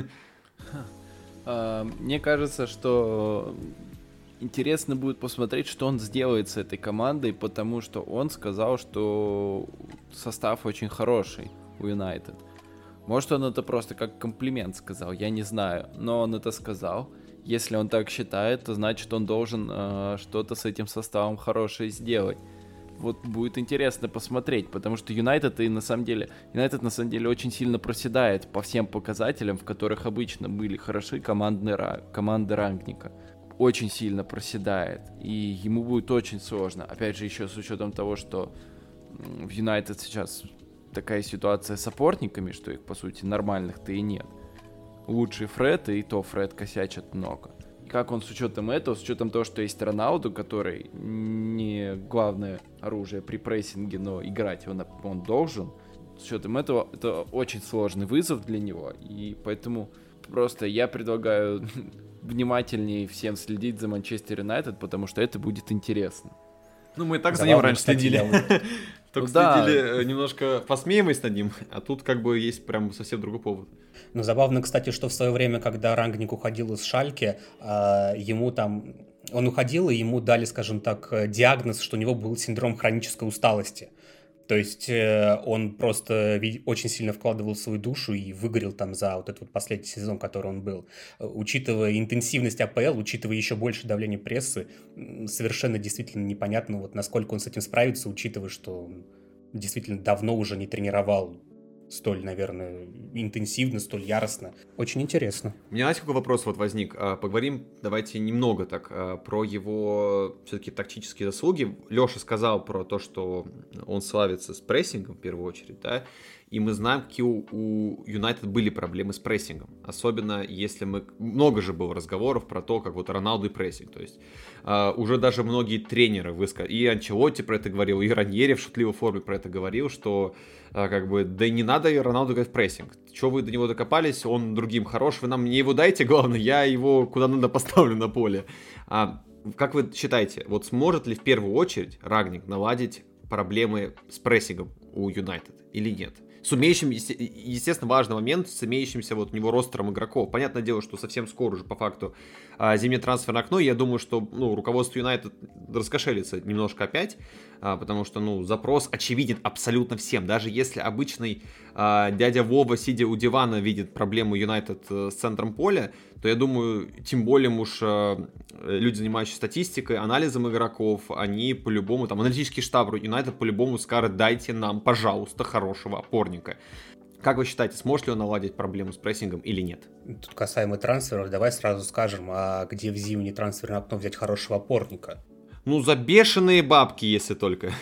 Мне кажется, что интересно будет посмотреть, что он сделает с этой командой, потому что он сказал, что состав очень хороший у Юнайтед. Может, он это просто как комплимент сказал, я не знаю, но он это сказал. Если он так считает, то значит, он должен э, что-то с этим составом хорошее сделать. Вот будет интересно посмотреть, потому что Юнайтед и на самом деле, Юнайтед на самом деле очень сильно проседает по всем показателям, в которых обычно были хороши команды, команды Рангника. Очень сильно проседает, и ему будет очень сложно. Опять же, еще с учетом того, что в Юнайтед сейчас такая ситуация с опорниками, что их, по сути, нормальных-то и нет. Лучший Фред, и то Фред косячит много. И как он с учетом этого, с учетом того, что есть Роналду, который не главное оружие при прессинге, но играть он, он должен, с учетом этого, это очень сложный вызов для него, и поэтому просто я предлагаю внимательнее всем следить за Манчестер Юнайтед, потому что это будет интересно. Ну, мы и так за ним раньше следили. Только ну, да. следили, немножко посмеиваясь над ним, а тут как бы есть прям совсем другой повод. Ну, забавно, кстати, что в свое время, когда Рангник уходил из Шальке, ему там... Он уходил, и ему дали, скажем так, диагноз, что у него был синдром хронической усталости. То есть он просто очень сильно вкладывал свою душу и выгорел там за вот этот вот последний сезон, который он был. Учитывая интенсивность АПЛ, учитывая еще больше давление прессы, совершенно действительно непонятно, вот насколько он с этим справится, учитывая, что он действительно давно уже не тренировал столь, наверное, интенсивно, столь яростно. Очень интересно. У меня, знаете, какой вопрос вот возник? Поговорим, давайте немного так про его все-таки тактические заслуги. Леша сказал про то, что он славится с прессингом, в первую очередь, да, и мы знаем, какие у Юнайтед были проблемы с прессингом. Особенно, если мы... Много же было разговоров про то, как вот Роналду и прессинг. То есть uh, уже даже многие тренеры высказали. И Анчелотти про это говорил, и Раньери в шутливой форме про это говорил, что uh, как бы, да и не надо Роналду играть в прессинг. Чего вы до него докопались, он другим хорош, вы нам мне его дайте, главное, я его куда надо поставлю на поле. Uh, как вы считаете, вот сможет ли в первую очередь Рангник наладить проблемы с прессингом у Юнайтед или нет? С умеющим, естественно, важный момент, с имеющимся вот у него ростером игроков. Понятное дело, что совсем скоро уже по факту зимнее трансферное окно. Я думаю, что ну, руководство Юнайтед раскошелится немножко опять, потому что ну, запрос очевиден абсолютно всем. Даже если обычный а, дядя Вова, сидя у дивана, видит проблему Юнайтед с центром поля, то я думаю, тем более уж а, люди, занимающиеся статистикой, анализом игроков, они по-любому, там, аналитический штаб Юнайтед по-любому скажет: дайте нам, пожалуйста, хорошего опорника. Как вы считаете, сможет ли он наладить проблему с прессингом или нет? Тут касаемо трансферов, давай сразу скажем, а где в зимнее трансферное окно взять хорошего опорника? Ну, за бешеные бабки, если только.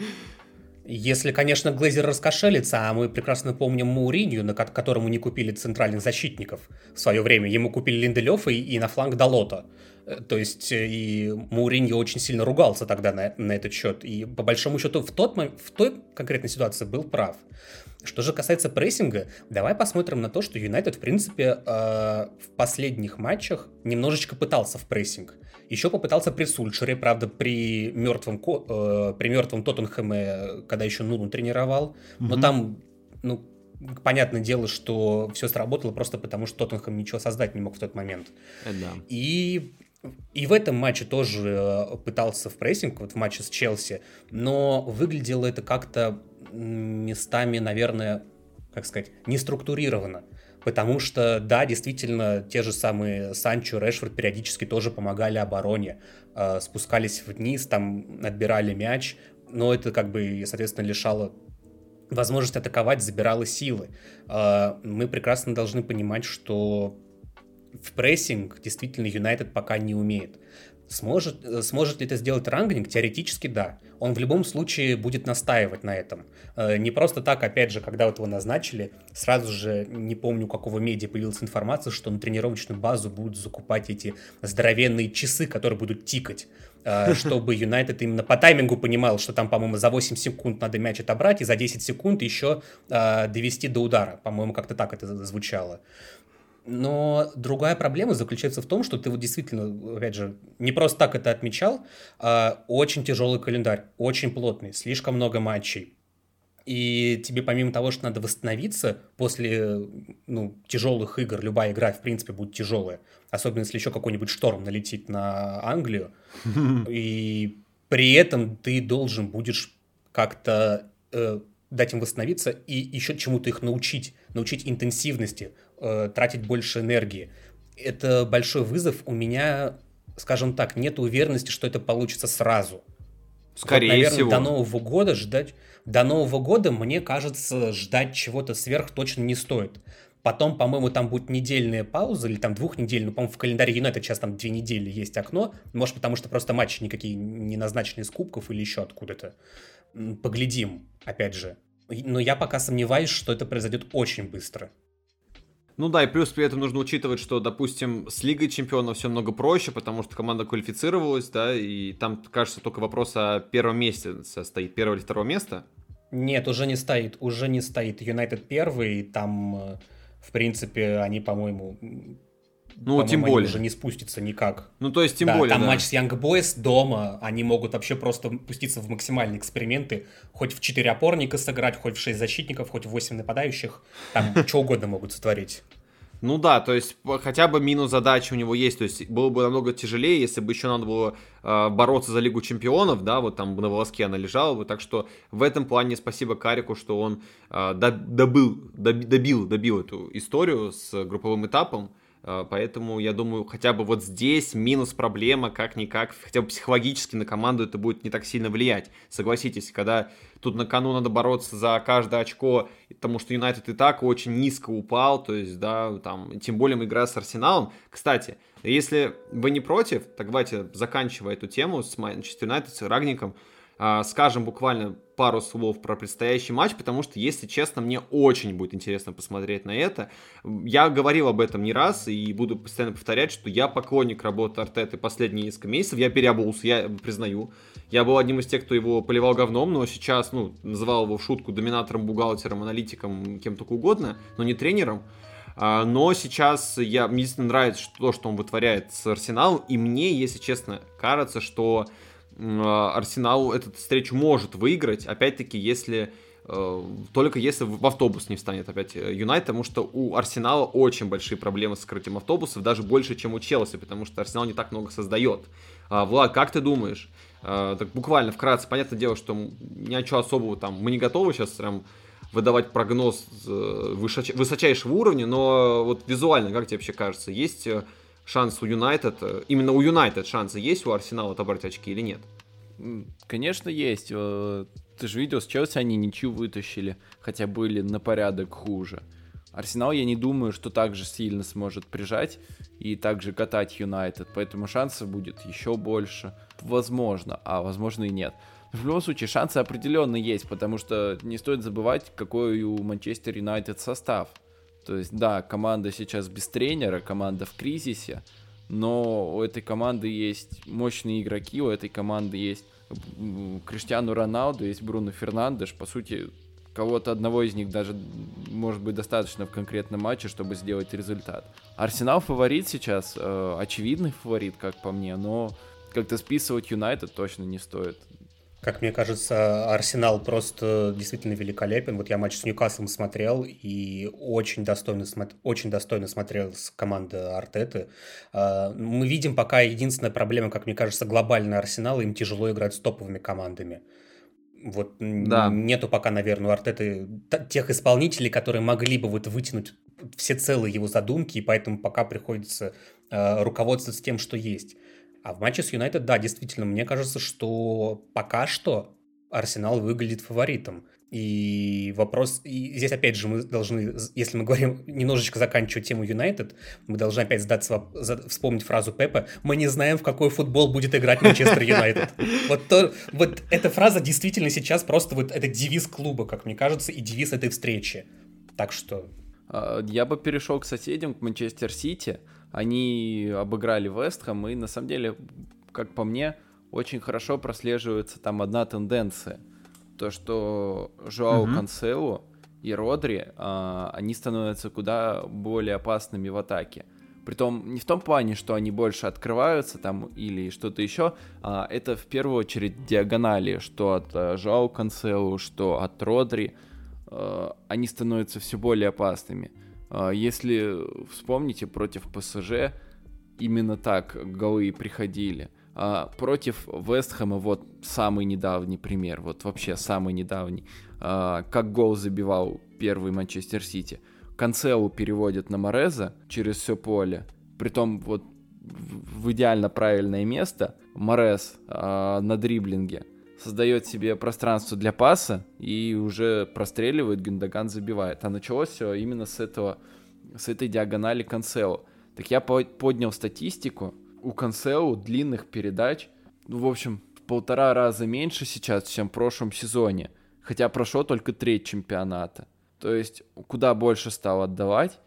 Если, конечно, Глейзер раскошелится, а мы прекрасно помним Мауринью, на которому не купили центральных защитников в свое время. Ему купили Линделёфа и, и на фланг Далота. То есть и Мауриньо очень сильно ругался тогда на, на этот счет. И по большому счету в, тот, в той конкретной ситуации был прав. Что же касается прессинга, давай посмотрим на то, что Юнайтед, в принципе, э, в последних матчах немножечко пытался в прессинг. Еще попытался при Сульшере, правда, при мертвом, э, при мертвом Тоттенхэме, когда еще Нуну тренировал. Но mm-hmm. там, ну, понятное дело, что все сработало просто потому, что Тоттенхэм ничего создать не мог в тот момент. Yeah. И... И в этом матче тоже пытался в прессинг, вот в матче с Челси, но выглядело это как-то местами, наверное, как сказать, не структурировано. Потому что, да, действительно, те же самые Санчо, Решфорд периодически тоже помогали обороне, э, спускались вниз, там отбирали мяч, но это как бы, соответственно, лишало возможности атаковать, забирало силы. Э, мы прекрасно должны понимать, что в прессинг действительно Юнайтед пока не умеет. Сможет, сможет ли это сделать Рангник? Теоретически да. Он в любом случае будет настаивать на этом. Не просто так, опять же, когда вот его назначили, сразу же, не помню, у какого медиа появилась информация, что на тренировочную базу будут закупать эти здоровенные часы, которые будут тикать, чтобы Юнайтед именно по таймингу понимал, что там, по-моему, за восемь секунд надо мяч отобрать, и за десять секунд еще довести до удара. По-моему, как-то так это звучало. Но другая проблема заключается в том, что ты вот действительно, опять же, не просто так это отмечал, а очень тяжелый календарь, очень плотный, слишком много матчей. И тебе помимо того, что надо восстановиться после ну, тяжелых игр, любая игра, в принципе, будет тяжелая, особенно если еще какой-нибудь шторм налетит на Англию, и при этом ты должен будешь как-то э, дать им восстановиться и еще чему-то их научить, научить интенсивности, тратить больше энергии. Это большой вызов. У меня, скажем так, нет уверенности, что это получится сразу. Скорее вот, наверное, всего. До Нового года ждать... До Нового года, мне кажется, ждать чего-то сверх точно не стоит. Потом, по-моему, там будет недельная пауза, или там двухнедельная. По-моему, в календаре Юнайтед сейчас там две недели есть окно. Может, потому что просто матчи никакие не назначены из кубков или еще откуда-то. Поглядим, опять же. Но я пока сомневаюсь, что это произойдет очень быстро. Ну да, и плюс при этом нужно учитывать, что, допустим, с Лигой Чемпионов все много проще, потому что команда квалифицировалась, да, и там, кажется, только вопрос о первом месте стоит, первого или второго места. Нет, уже не стоит, уже не стоит. Юнайтед первый, там, в принципе, они, по-моему... Ну, тем более. Уже не спустится никак. Ну, то есть, тем да, более, там да. матч с Young Boys дома, они могут вообще просто пуститься в максимальные эксперименты, хоть в четыре опорника сыграть, хоть в шесть защитников, хоть в восемь нападающих, там что угодно могут сотворить. Ну да, то есть хотя бы минус задачи у него есть, то есть было бы намного тяжелее, если бы еще надо было э, бороться за Лигу Чемпионов, да, вот там на волоске она лежала бы, так что в этом плане спасибо Карику, что он э, добыл, добил, добил эту историю с групповым этапом, э, поэтому я думаю, хотя бы вот здесь минус проблема, как-никак, хотя бы психологически на команду это будет не так сильно влиять, согласитесь, когда... Тут на кону надо бороться за каждое очко, потому что Юнайтед и так очень низко упал, то есть, да, там, тем более игра с Арсеналом. Кстати, если вы не против, так давайте, заканчивая эту тему с Манчестер Юнайтед, с Рагником, э, скажем буквально пару слов про предстоящий матч, потому что, если честно, мне очень будет интересно посмотреть на это. Я говорил об этом не раз и буду постоянно повторять, что я поклонник работы Артеты последние несколько месяцев, я переобулся, я признаю. Я был одним из тех, кто его поливал говном, но сейчас, ну, называл его в шутку доминатором, бухгалтером, аналитиком, кем только угодно, но не тренером. Но сейчас я, мне действительно нравится то, что он вытворяет с Арсеналом, и мне, если честно, кажется, что Арсенал эту встречу может выиграть, опять-таки, если только если в автобус не встанет опять Юнайтед, потому что у Арсенала очень большие проблемы с скрытием автобусов, даже больше, чем у Челси, потому что Арсенал не так много создает. Влад, как ты думаешь? Так буквально вкратце, понятное дело, что ничего особого там, мы не готовы сейчас прям выдавать прогноз высоч... высочайшего уровня, но вот визуально, как тебе вообще кажется, есть шанс у Юнайтед, именно у Юнайтед шансы есть у Арсенала отобрать очки или нет? Конечно, есть. Ты же видел, с Челси они ничью вытащили, хотя были на порядок хуже. Арсенал, я не думаю, что так же сильно сможет прижать и также катать Юнайтед, поэтому шансов будет еще больше. Возможно, а возможно и нет. В любом случае, шансы определенно есть, потому что не стоит забывать, какой у Манчестер Юнайтед состав. То есть, да, команда сейчас без тренера, команда в кризисе, но у этой команды есть мощные игроки, у этой команды есть Криштиану Роналду, есть Бруно Фернандеш. По сути, кого-то одного из них даже может быть достаточно в конкретном матче, чтобы сделать результат. Арсенал фаворит сейчас, э, очевидный фаворит, как по мне, но как-то списывать Юнайтед точно не стоит. Как мне кажется, Арсенал просто действительно великолепен. Вот я матч с Ньюкаслом смотрел, и очень достойно, очень достойно смотрелась команда Артеты. Мы видим пока единственная проблема, как мне кажется, глобальный Арсенал, им тяжело играть с топовыми командами. Вот да. Нету пока, наверное, у Артеты тех исполнителей, которые могли бы вот вытянуть все целые его задумки, и поэтому пока приходится руководствоваться тем, что есть. А в матче с Юнайтед, да, действительно, мне кажется, что пока что Арсенал выглядит фаворитом. И вопрос... И здесь, опять же, мы должны, если мы говорим, немножечко заканчивать тему Юнайтед, мы должны опять задаться, вспомнить фразу Пепа: «Мы не знаем, в какой футбол будет играть Манчестер Юнайтед». Вот, то, вот эта фраза действительно сейчас просто вот это девиз клуба, как мне кажется, и девиз этой встречи. Так что... Я бы перешел к соседям, к Манчестер Сити. Они обыграли Вест Хэм, и на самом деле, как по мне, очень хорошо прослеживается там одна тенденция. То, что Жоау mm-hmm. Кансело и Родри, а, они становятся куда более опасными в атаке. Притом не в том плане, что они больше открываются там или что-то еще, а это в первую очередь диагонали, что от а, Жоау Кансело, что от Родри. А, они становятся все более опасными. Если вспомните, против ПСЖ именно так голы приходили. А против Вест Хэма вот самый недавний пример, вот вообще самый недавний. А, как гол забивал первый Манчестер Сити. Канцелу переводят на Мореза через все поле. Притом вот в идеально правильное место. Морез а, на дриблинге создает себе пространство для паса и уже простреливает, Гюндоган забивает. А началось все именно с этого, с этой диагонали Кансело. Так я поднял статистику. У Кансело длинных передач, ну, в общем, в полтора раза меньше сейчас, чем в прошлом сезоне. Хотя прошло только треть чемпионата. То есть куда больше стал отдавать.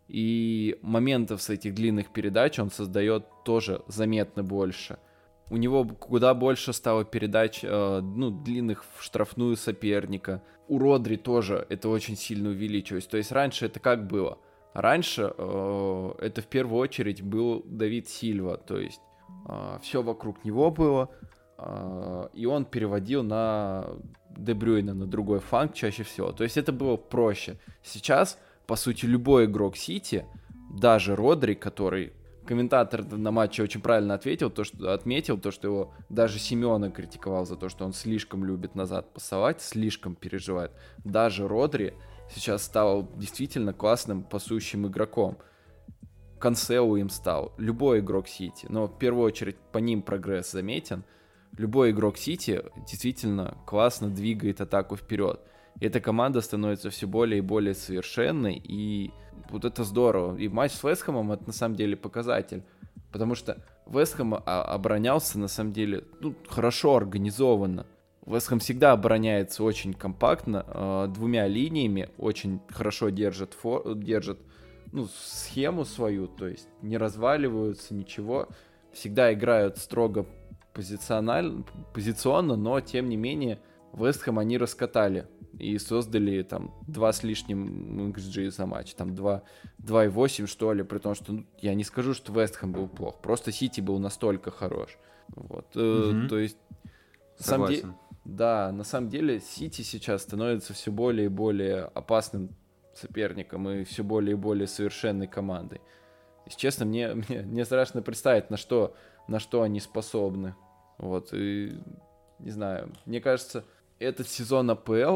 И моментов с этих длинных передач он создает тоже заметно больше. У него куда больше стало передач, э, ну, длинных в штрафную соперника. У Родри тоже это очень сильно увеличилось. То есть раньше это как было? Раньше э, это в первую очередь был Давид Сильва. То есть э, все вокруг него было. Э, и он переводил на Де Брюйна, на другой фланг чаще всего. То есть это было проще. Сейчас, по сути, любой игрок Сити, даже Родри, который... Комментатор на матче очень правильно ответил, то, что, отметил, то, что его даже Симеона критиковал за то, что он слишком любит назад пасовать, слишком переживает. Даже Родри сейчас стал действительно классным пасующим игроком. Кансело им стал. Любой игрок Сити, но в первую очередь по ним прогресс заметен. Любой игрок Сити действительно классно двигает атаку вперед. И эта команда становится все более и более совершенной, и вот это здорово. И матч с Вест Хэмом — это на самом деле показатель, потому что Вест Хэм оборонялся на самом деле, ну, хорошо организованно. Вест Хэм всегда обороняется очень компактно, э, двумя линиями, очень хорошо держит, фо- держит ну, схему свою, то есть не разваливаются, ничего. Всегда играют строго позиционально, позиционно, но тем не менее Вест Хэм они раскатали и создали там два с лишним икс джи за матч, там два и восемь что ли, при том, что ну, я не скажу, что Вест Хэм был плох, просто Сити был настолько хорош. Вот, mm-hmm. э, то есть, на самом деле, да, на самом деле Сити сейчас становится все более и более опасным соперником и все более и более совершенной командой. Если честно, мне, мне, мне страшно представить, на что, на что они способны. Вот, и не знаю, мне кажется, этот сезон АПЛ,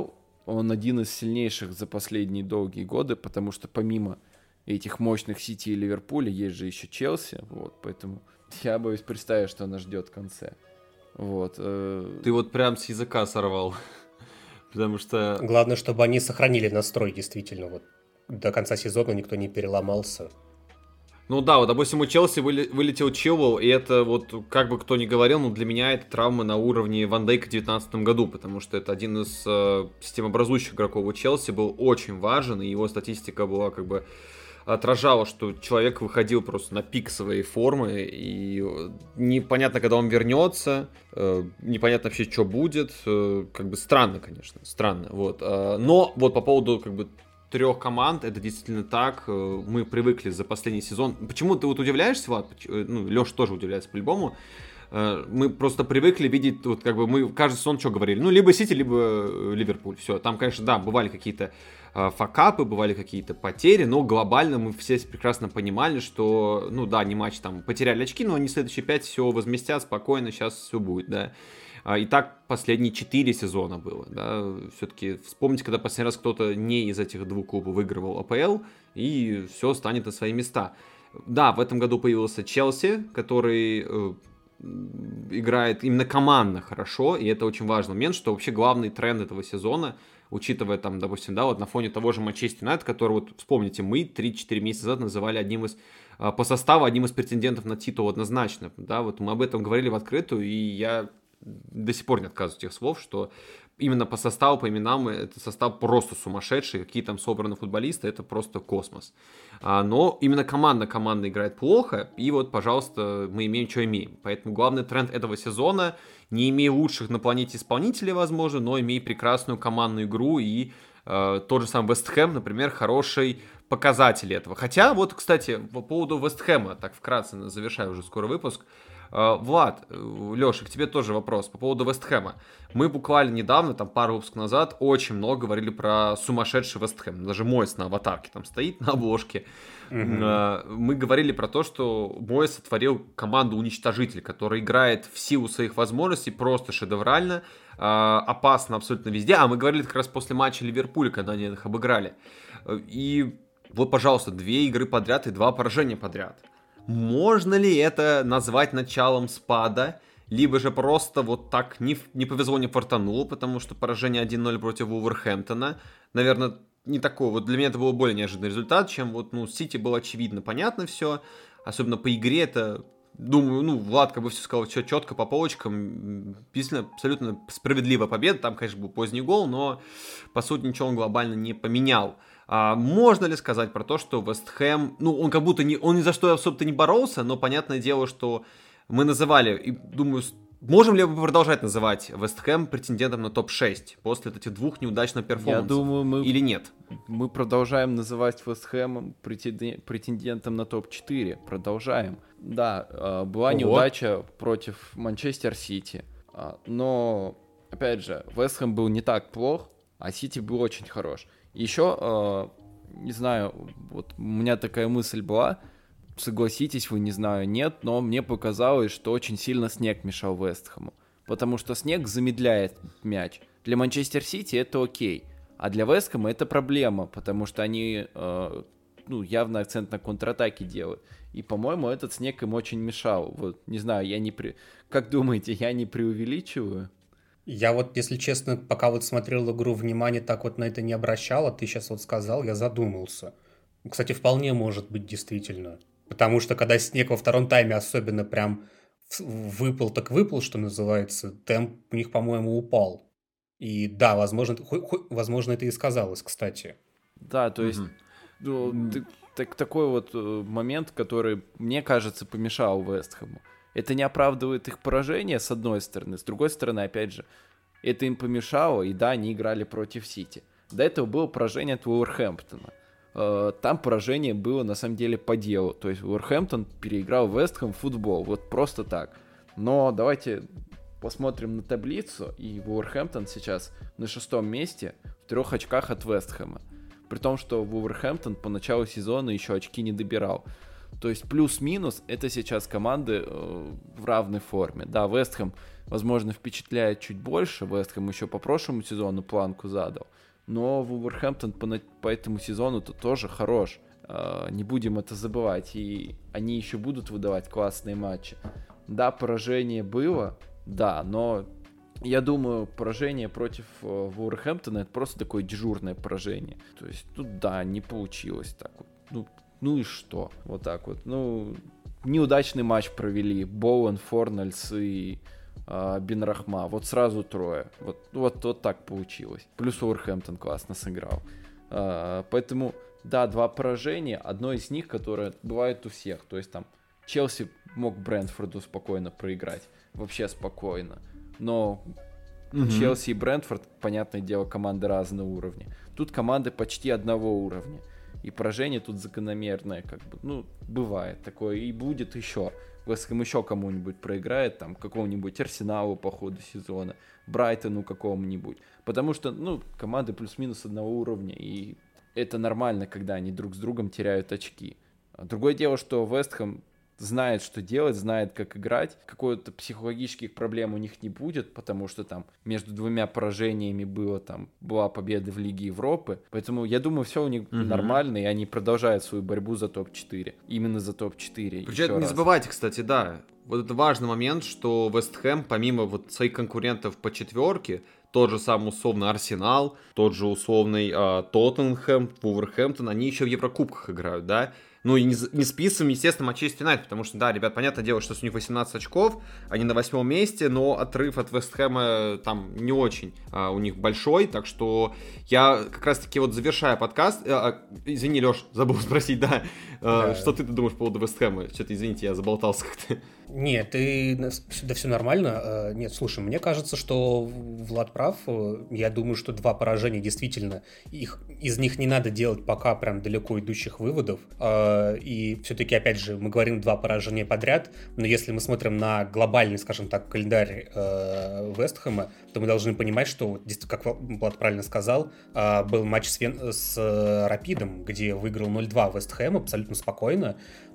он один из сильнейших за последние долгие годы, потому что помимо этих мощных Сити и Ливерпуля есть же еще Челси, вот, поэтому я боюсь представить, что нас ждет в конце. Вот. Ты вот прям с языка сорвал, потому что... Главное, чтобы они сохранили настрой, действительно, вот до конца сезона никто не переломался. Ну да, вот, допустим, у Челси вылетел Чилвелл, и это вот, как бы кто ни говорил, но для меня это травма на уровне Ван Дейка в две тысячи девятнадцатом году, потому что это один из э, системообразующих игроков у Челси, был очень важен, и его статистика была как бы отражала, что человек выходил просто на пик своей формы, и непонятно, когда он вернется, э, непонятно вообще, что будет, э, как бы странно, конечно, странно, вот. Э, но вот по поводу, как бы, трех команд, это действительно так, мы привыкли за последний сезон. Почему ты вот удивляешься, Влад? Ну, Леша тоже удивляется по-любому. Мы просто привыкли видеть, вот как бы мы каждый сезон что говорили, ну, либо Сити, либо Ливерпуль, все. Там, конечно, да, бывали какие-то факапы, бывали какие-то потери, но глобально мы все прекрасно понимали, что, ну, да, не матч там, потеряли очки, но они следующие пять все возместят спокойно, сейчас все будет, да. И так последние четыре сезона было, да, все-таки вспомните, когда последний раз кто-то не из этих двух клубов выигрывал АПЛ, и все станет на свои места. Да, в этом году появился Челси, который э, играет именно командно хорошо, и это очень важный момент, что вообще главный тренд этого сезона, учитывая там, допустим, да, вот на фоне того же Манчестер Юнайтед, который, вот вспомните, мы три-четыре месяца назад называли одним из по составу одним из претендентов на титул однозначно, да, вот мы об этом говорили в открытую, и я до сих пор не отказываюсь от тех слов, что именно по составу, по именам, это состав просто сумасшедший, какие там собраны футболисты, это просто космос. А, но именно команда команда играет плохо, и вот, пожалуйста, мы имеем, что имеем. Поэтому главный тренд этого сезона, не имея лучших на планете исполнителей, возможно, но имея прекрасную командную игру, и э, тот же самый Вест Хэм, например, хороший показатель этого. Хотя, вот, кстати, по поводу Вест Хэма, так вкратце завершаю уже скоро выпуск, Влад, Леша, к тебе тоже вопрос по поводу Вест Хэма. Мы буквально недавно, там пару выпусков назад, очень много говорили про сумасшедший Вест Хэм. Даже Мойс на аватарке там стоит, на обложке. Mm-hmm. Мы говорили про то, что Мойс сотворил команду-уничтожитель, которая играет в силу своих возможностей просто шедеврально, опасно абсолютно везде. А мы говорили как раз после матча Ливерпуля, когда они их обыграли. И вот, пожалуйста, две игры подряд и два поражения подряд. Можно ли это назвать началом спада, либо же просто вот так не, не повезло, не фартануло, потому что поражение один ноль против Вулверхэмптона, наверное, не такой, вот для меня это был более неожиданный результат, чем вот, ну, Сити было очевидно, понятно все, особенно по игре это, думаю, ну, Влад как бы все сказал, все четко по полочкам, действительно, абсолютно справедливая победа, там, конечно, был поздний гол, но, по сути, ничего он глобально не поменял. А можно ли сказать про то, что Вест Хэм, ну, он как будто не, он ни за что особо-то не боролся, но понятное дело, что мы называли, и думаю, можем ли мы продолжать называть Вест Хэм претендентом на топ шесть после этих двух неудачных перформансов? Я думаю, мы, или нет? Мы продолжаем называть Вест Хэм претендентом на топ четыре, продолжаем. Да, была Ого. неудача против Манчестер Сити, но, опять же, Вест Хэм был не так плох, а Сити был очень хорош. Еще, э, не знаю, вот у меня такая мысль была, согласитесь вы, не знаю, нет, но мне показалось, что очень сильно снег мешал Вест Хэму, потому что снег замедляет мяч. Для Манчестер Сити это окей, а для Вест Хэма это проблема, потому что они, э, ну, явно акцент на контратаке делают. И, по-моему, этот снег им очень мешал. Вот, не знаю, я не... При... Как думаете, я не преувеличиваю? Я вот, если честно, пока вот смотрел игру, внимания так вот на это не обращал, а ты сейчас вот сказал, я задумался. Кстати, вполне может быть действительно. Потому что когда снег во втором тайме особенно прям выпал, так выпал, что называется, темп у них, по-моему, упал. И да, возможно, возможно это и сказалось, кстати. Да, то есть mm-hmm. ну, так, такой вот момент, который, мне кажется, помешал Вест Хэму. Это не оправдывает их поражение, с одной стороны. С другой стороны, опять же, это им помешало, и да, они играли против Сити. До этого было поражение от Вулверхэмптона. Там поражение было, на самом деле, по делу. То есть Вулверхэмптон переиграл Вест Хэм в футбол. Вот просто так. Но давайте посмотрим на таблицу. И Вулверхэмптон сейчас на шестом месте в трех очках от Вест Хэма. При том, что Вулверхэмптон по началу сезона еще очки не добирал. То есть плюс-минус это сейчас команды э, в равной форме. Да, Вест Хэм, возможно, впечатляет чуть больше. Вест Хэм еще по прошлому сезону планку задал. но Вулверхэмптон по, по этому сезону-то тоже хорош. Не будем это забывать, и они еще будут выдавать классные матчи. Да, поражение было, да, но я думаю, поражение против Вулверхэмптона это просто такое дежурное поражение. То есть, ну да, не получилось так вот. Ну, ну и что? Вот так вот. Ну, неудачный матч провели. Боуэн, Форнальдс и э, Бен Рахма. Вот сразу трое. Вот, вот, вот так получилось. Плюс Вулверхэмптон классно сыграл. Э, поэтому, да, два поражения. Одно из них, которое бывает у всех. То есть там Челси мог Брентфорду спокойно проиграть. Вообще спокойно. Но mm-hmm. Челси и Брентфорд, понятное дело, команды разного уровня. Тут команды почти одного уровня. И поражение тут закономерное, как бы, ну, бывает такое. И будет еще. Если еще кому-нибудь проиграет, там, какому-нибудь Арсеналу по ходу сезона, Брайтону какому-нибудь. Потому что, ну, команды плюс-минус одного уровня. И это нормально, когда они друг с другом теряют очки. Другое дело, что Вест Хэм знает, что делать, знает, как играть. Какой-то психологических проблем у них не будет, потому что там между двумя поражениями было, там, была победа в Лиге Европы. Поэтому я думаю, все у них угу. нормально, и они продолжают свою борьбу за топ четыре. Именно за топ четыре. Причем не раз. забывайте, кстати, да, вот это важный момент, что Вест Хэм, помимо вот своих конкурентов по четверке, тот же самый условный Арсенал, тот же условный э, Тоттенхэм, Вулверхэмптон, они еще в Еврокубках играют, да? Ну и не, не списываем, естественно, Манчестер Юнайтед, потому что, да, ребят, понятное дело, что у них восемнадцать очков, они на восьмом месте, но отрыв от Вест Хэма там не очень а, у них большой, так что я как раз-таки вот завершая подкаст, а, извини, Леш, забыл спросить, да, а, что ты думаешь по поводу Вест Хэма? Что-то, извините, я заболтался как-то. Нет, ты, да все нормально. Нет, слушай, мне кажется, что Влад прав. Я думаю, что два поражения действительно, их, из них не надо делать пока прям далеко идущих выводов. И все-таки, опять же, мы говорим два поражения подряд, но если мы смотрим на глобальный, скажем так, календарь Вест Хэма, то мы должны понимать, что, как Влад правильно сказал, был матч с, Вен... с Рапидом, где выиграл ноль два Вест Хэм абсолютно спокойно.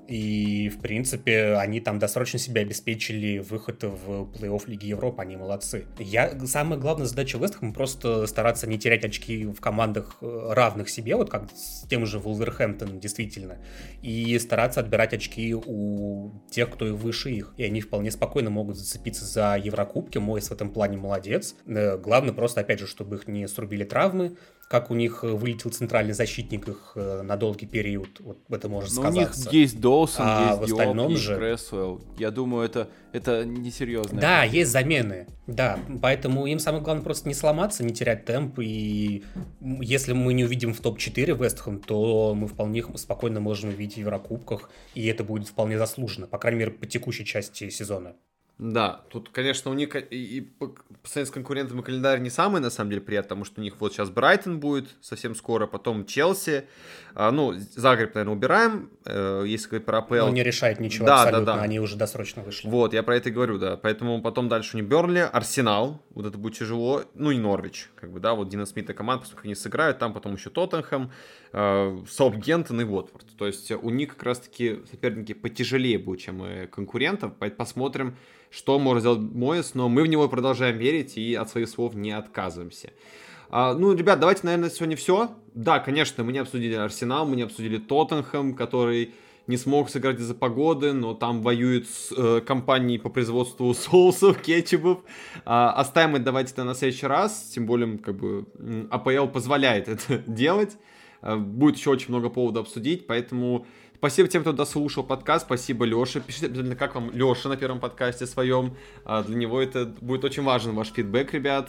И, в принципе, они там досрочно себе обеспечили выход в плей-офф Лиги Европы, они молодцы. Я, самая главная задача Вест Хэма просто стараться не терять очки в командах равных себе, вот как с тем же Вулверхэмптоном, действительно, и стараться отбирать очки у тех, кто и выше их. И они вполне спокойно могут зацепиться за Еврокубки. Мойс в этом плане молодец. Главное просто, опять же, чтобы их не срубили травмы, как у них вылетел центральный защитник их на долгий период, вот это может Но сказаться. У них есть Доусон, а есть Диоп, есть Крэсуэлл. Я думаю, это, это несерьезно. Да, есть замены, да, поэтому им самое главное просто не сломаться, не терять темп, и если мы не увидим в топ четыре Вест Хэм, то мы вполне спокойно можем увидеть в Еврокубках, и это будет вполне заслуженно, по крайней мере, по текущей части сезона. Да, тут, конечно, у них и, и по сравнению с конкурентами календарь не самый, на самом деле, приятный, потому что у них вот сейчас Брайтон будет совсем скоро, потом Челси, а, ну, Загреб, наверное, убираем, э, если говорить про АПЛ. Ну, не решает ничего да, абсолютно, да, да. Они уже досрочно вышли. Вот, я про это и говорю, да, поэтому потом дальше у них Бернли, Арсенал, вот это будет тяжело, ну и Норвич, как бы, да, вот Дина Смита команда, поскольку они сыграют, там потом еще Тоттенхэм, э, Саутгемптон и Уотфорд, то есть у них как раз-таки соперники потяжелее будут, чем у конкурентов, посмотрим, что может сделать Мойс, но мы в него продолжаем верить и от своих слов не отказываемся. А, ну, ребят, давайте, наверное, сегодня все. Да, конечно, мы не обсудили Арсенал, мы не обсудили Тоттенхэм, который не смог сыграть из-за погоды, но там воюет с э, компанией по производству соусов, кетчупов. А, оставим это давайте на следующий раз, тем более, как бы, АПЛ позволяет это делать. А, будет еще очень много поводов обсудить, поэтому... Спасибо тем, кто дослушал подкаст, спасибо Леше. Пишите обязательно, как вам Леша на первом подкасте своем. Для него это будет очень важен ваш фидбэк, ребят.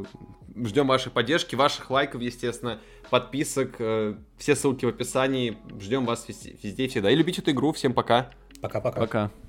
Ждем вашей поддержки, ваших лайков, естественно, подписок. Все ссылки в описании. Ждем вас везде и всегда. И любите эту игру. Всем пока. Пока-пока. Пока.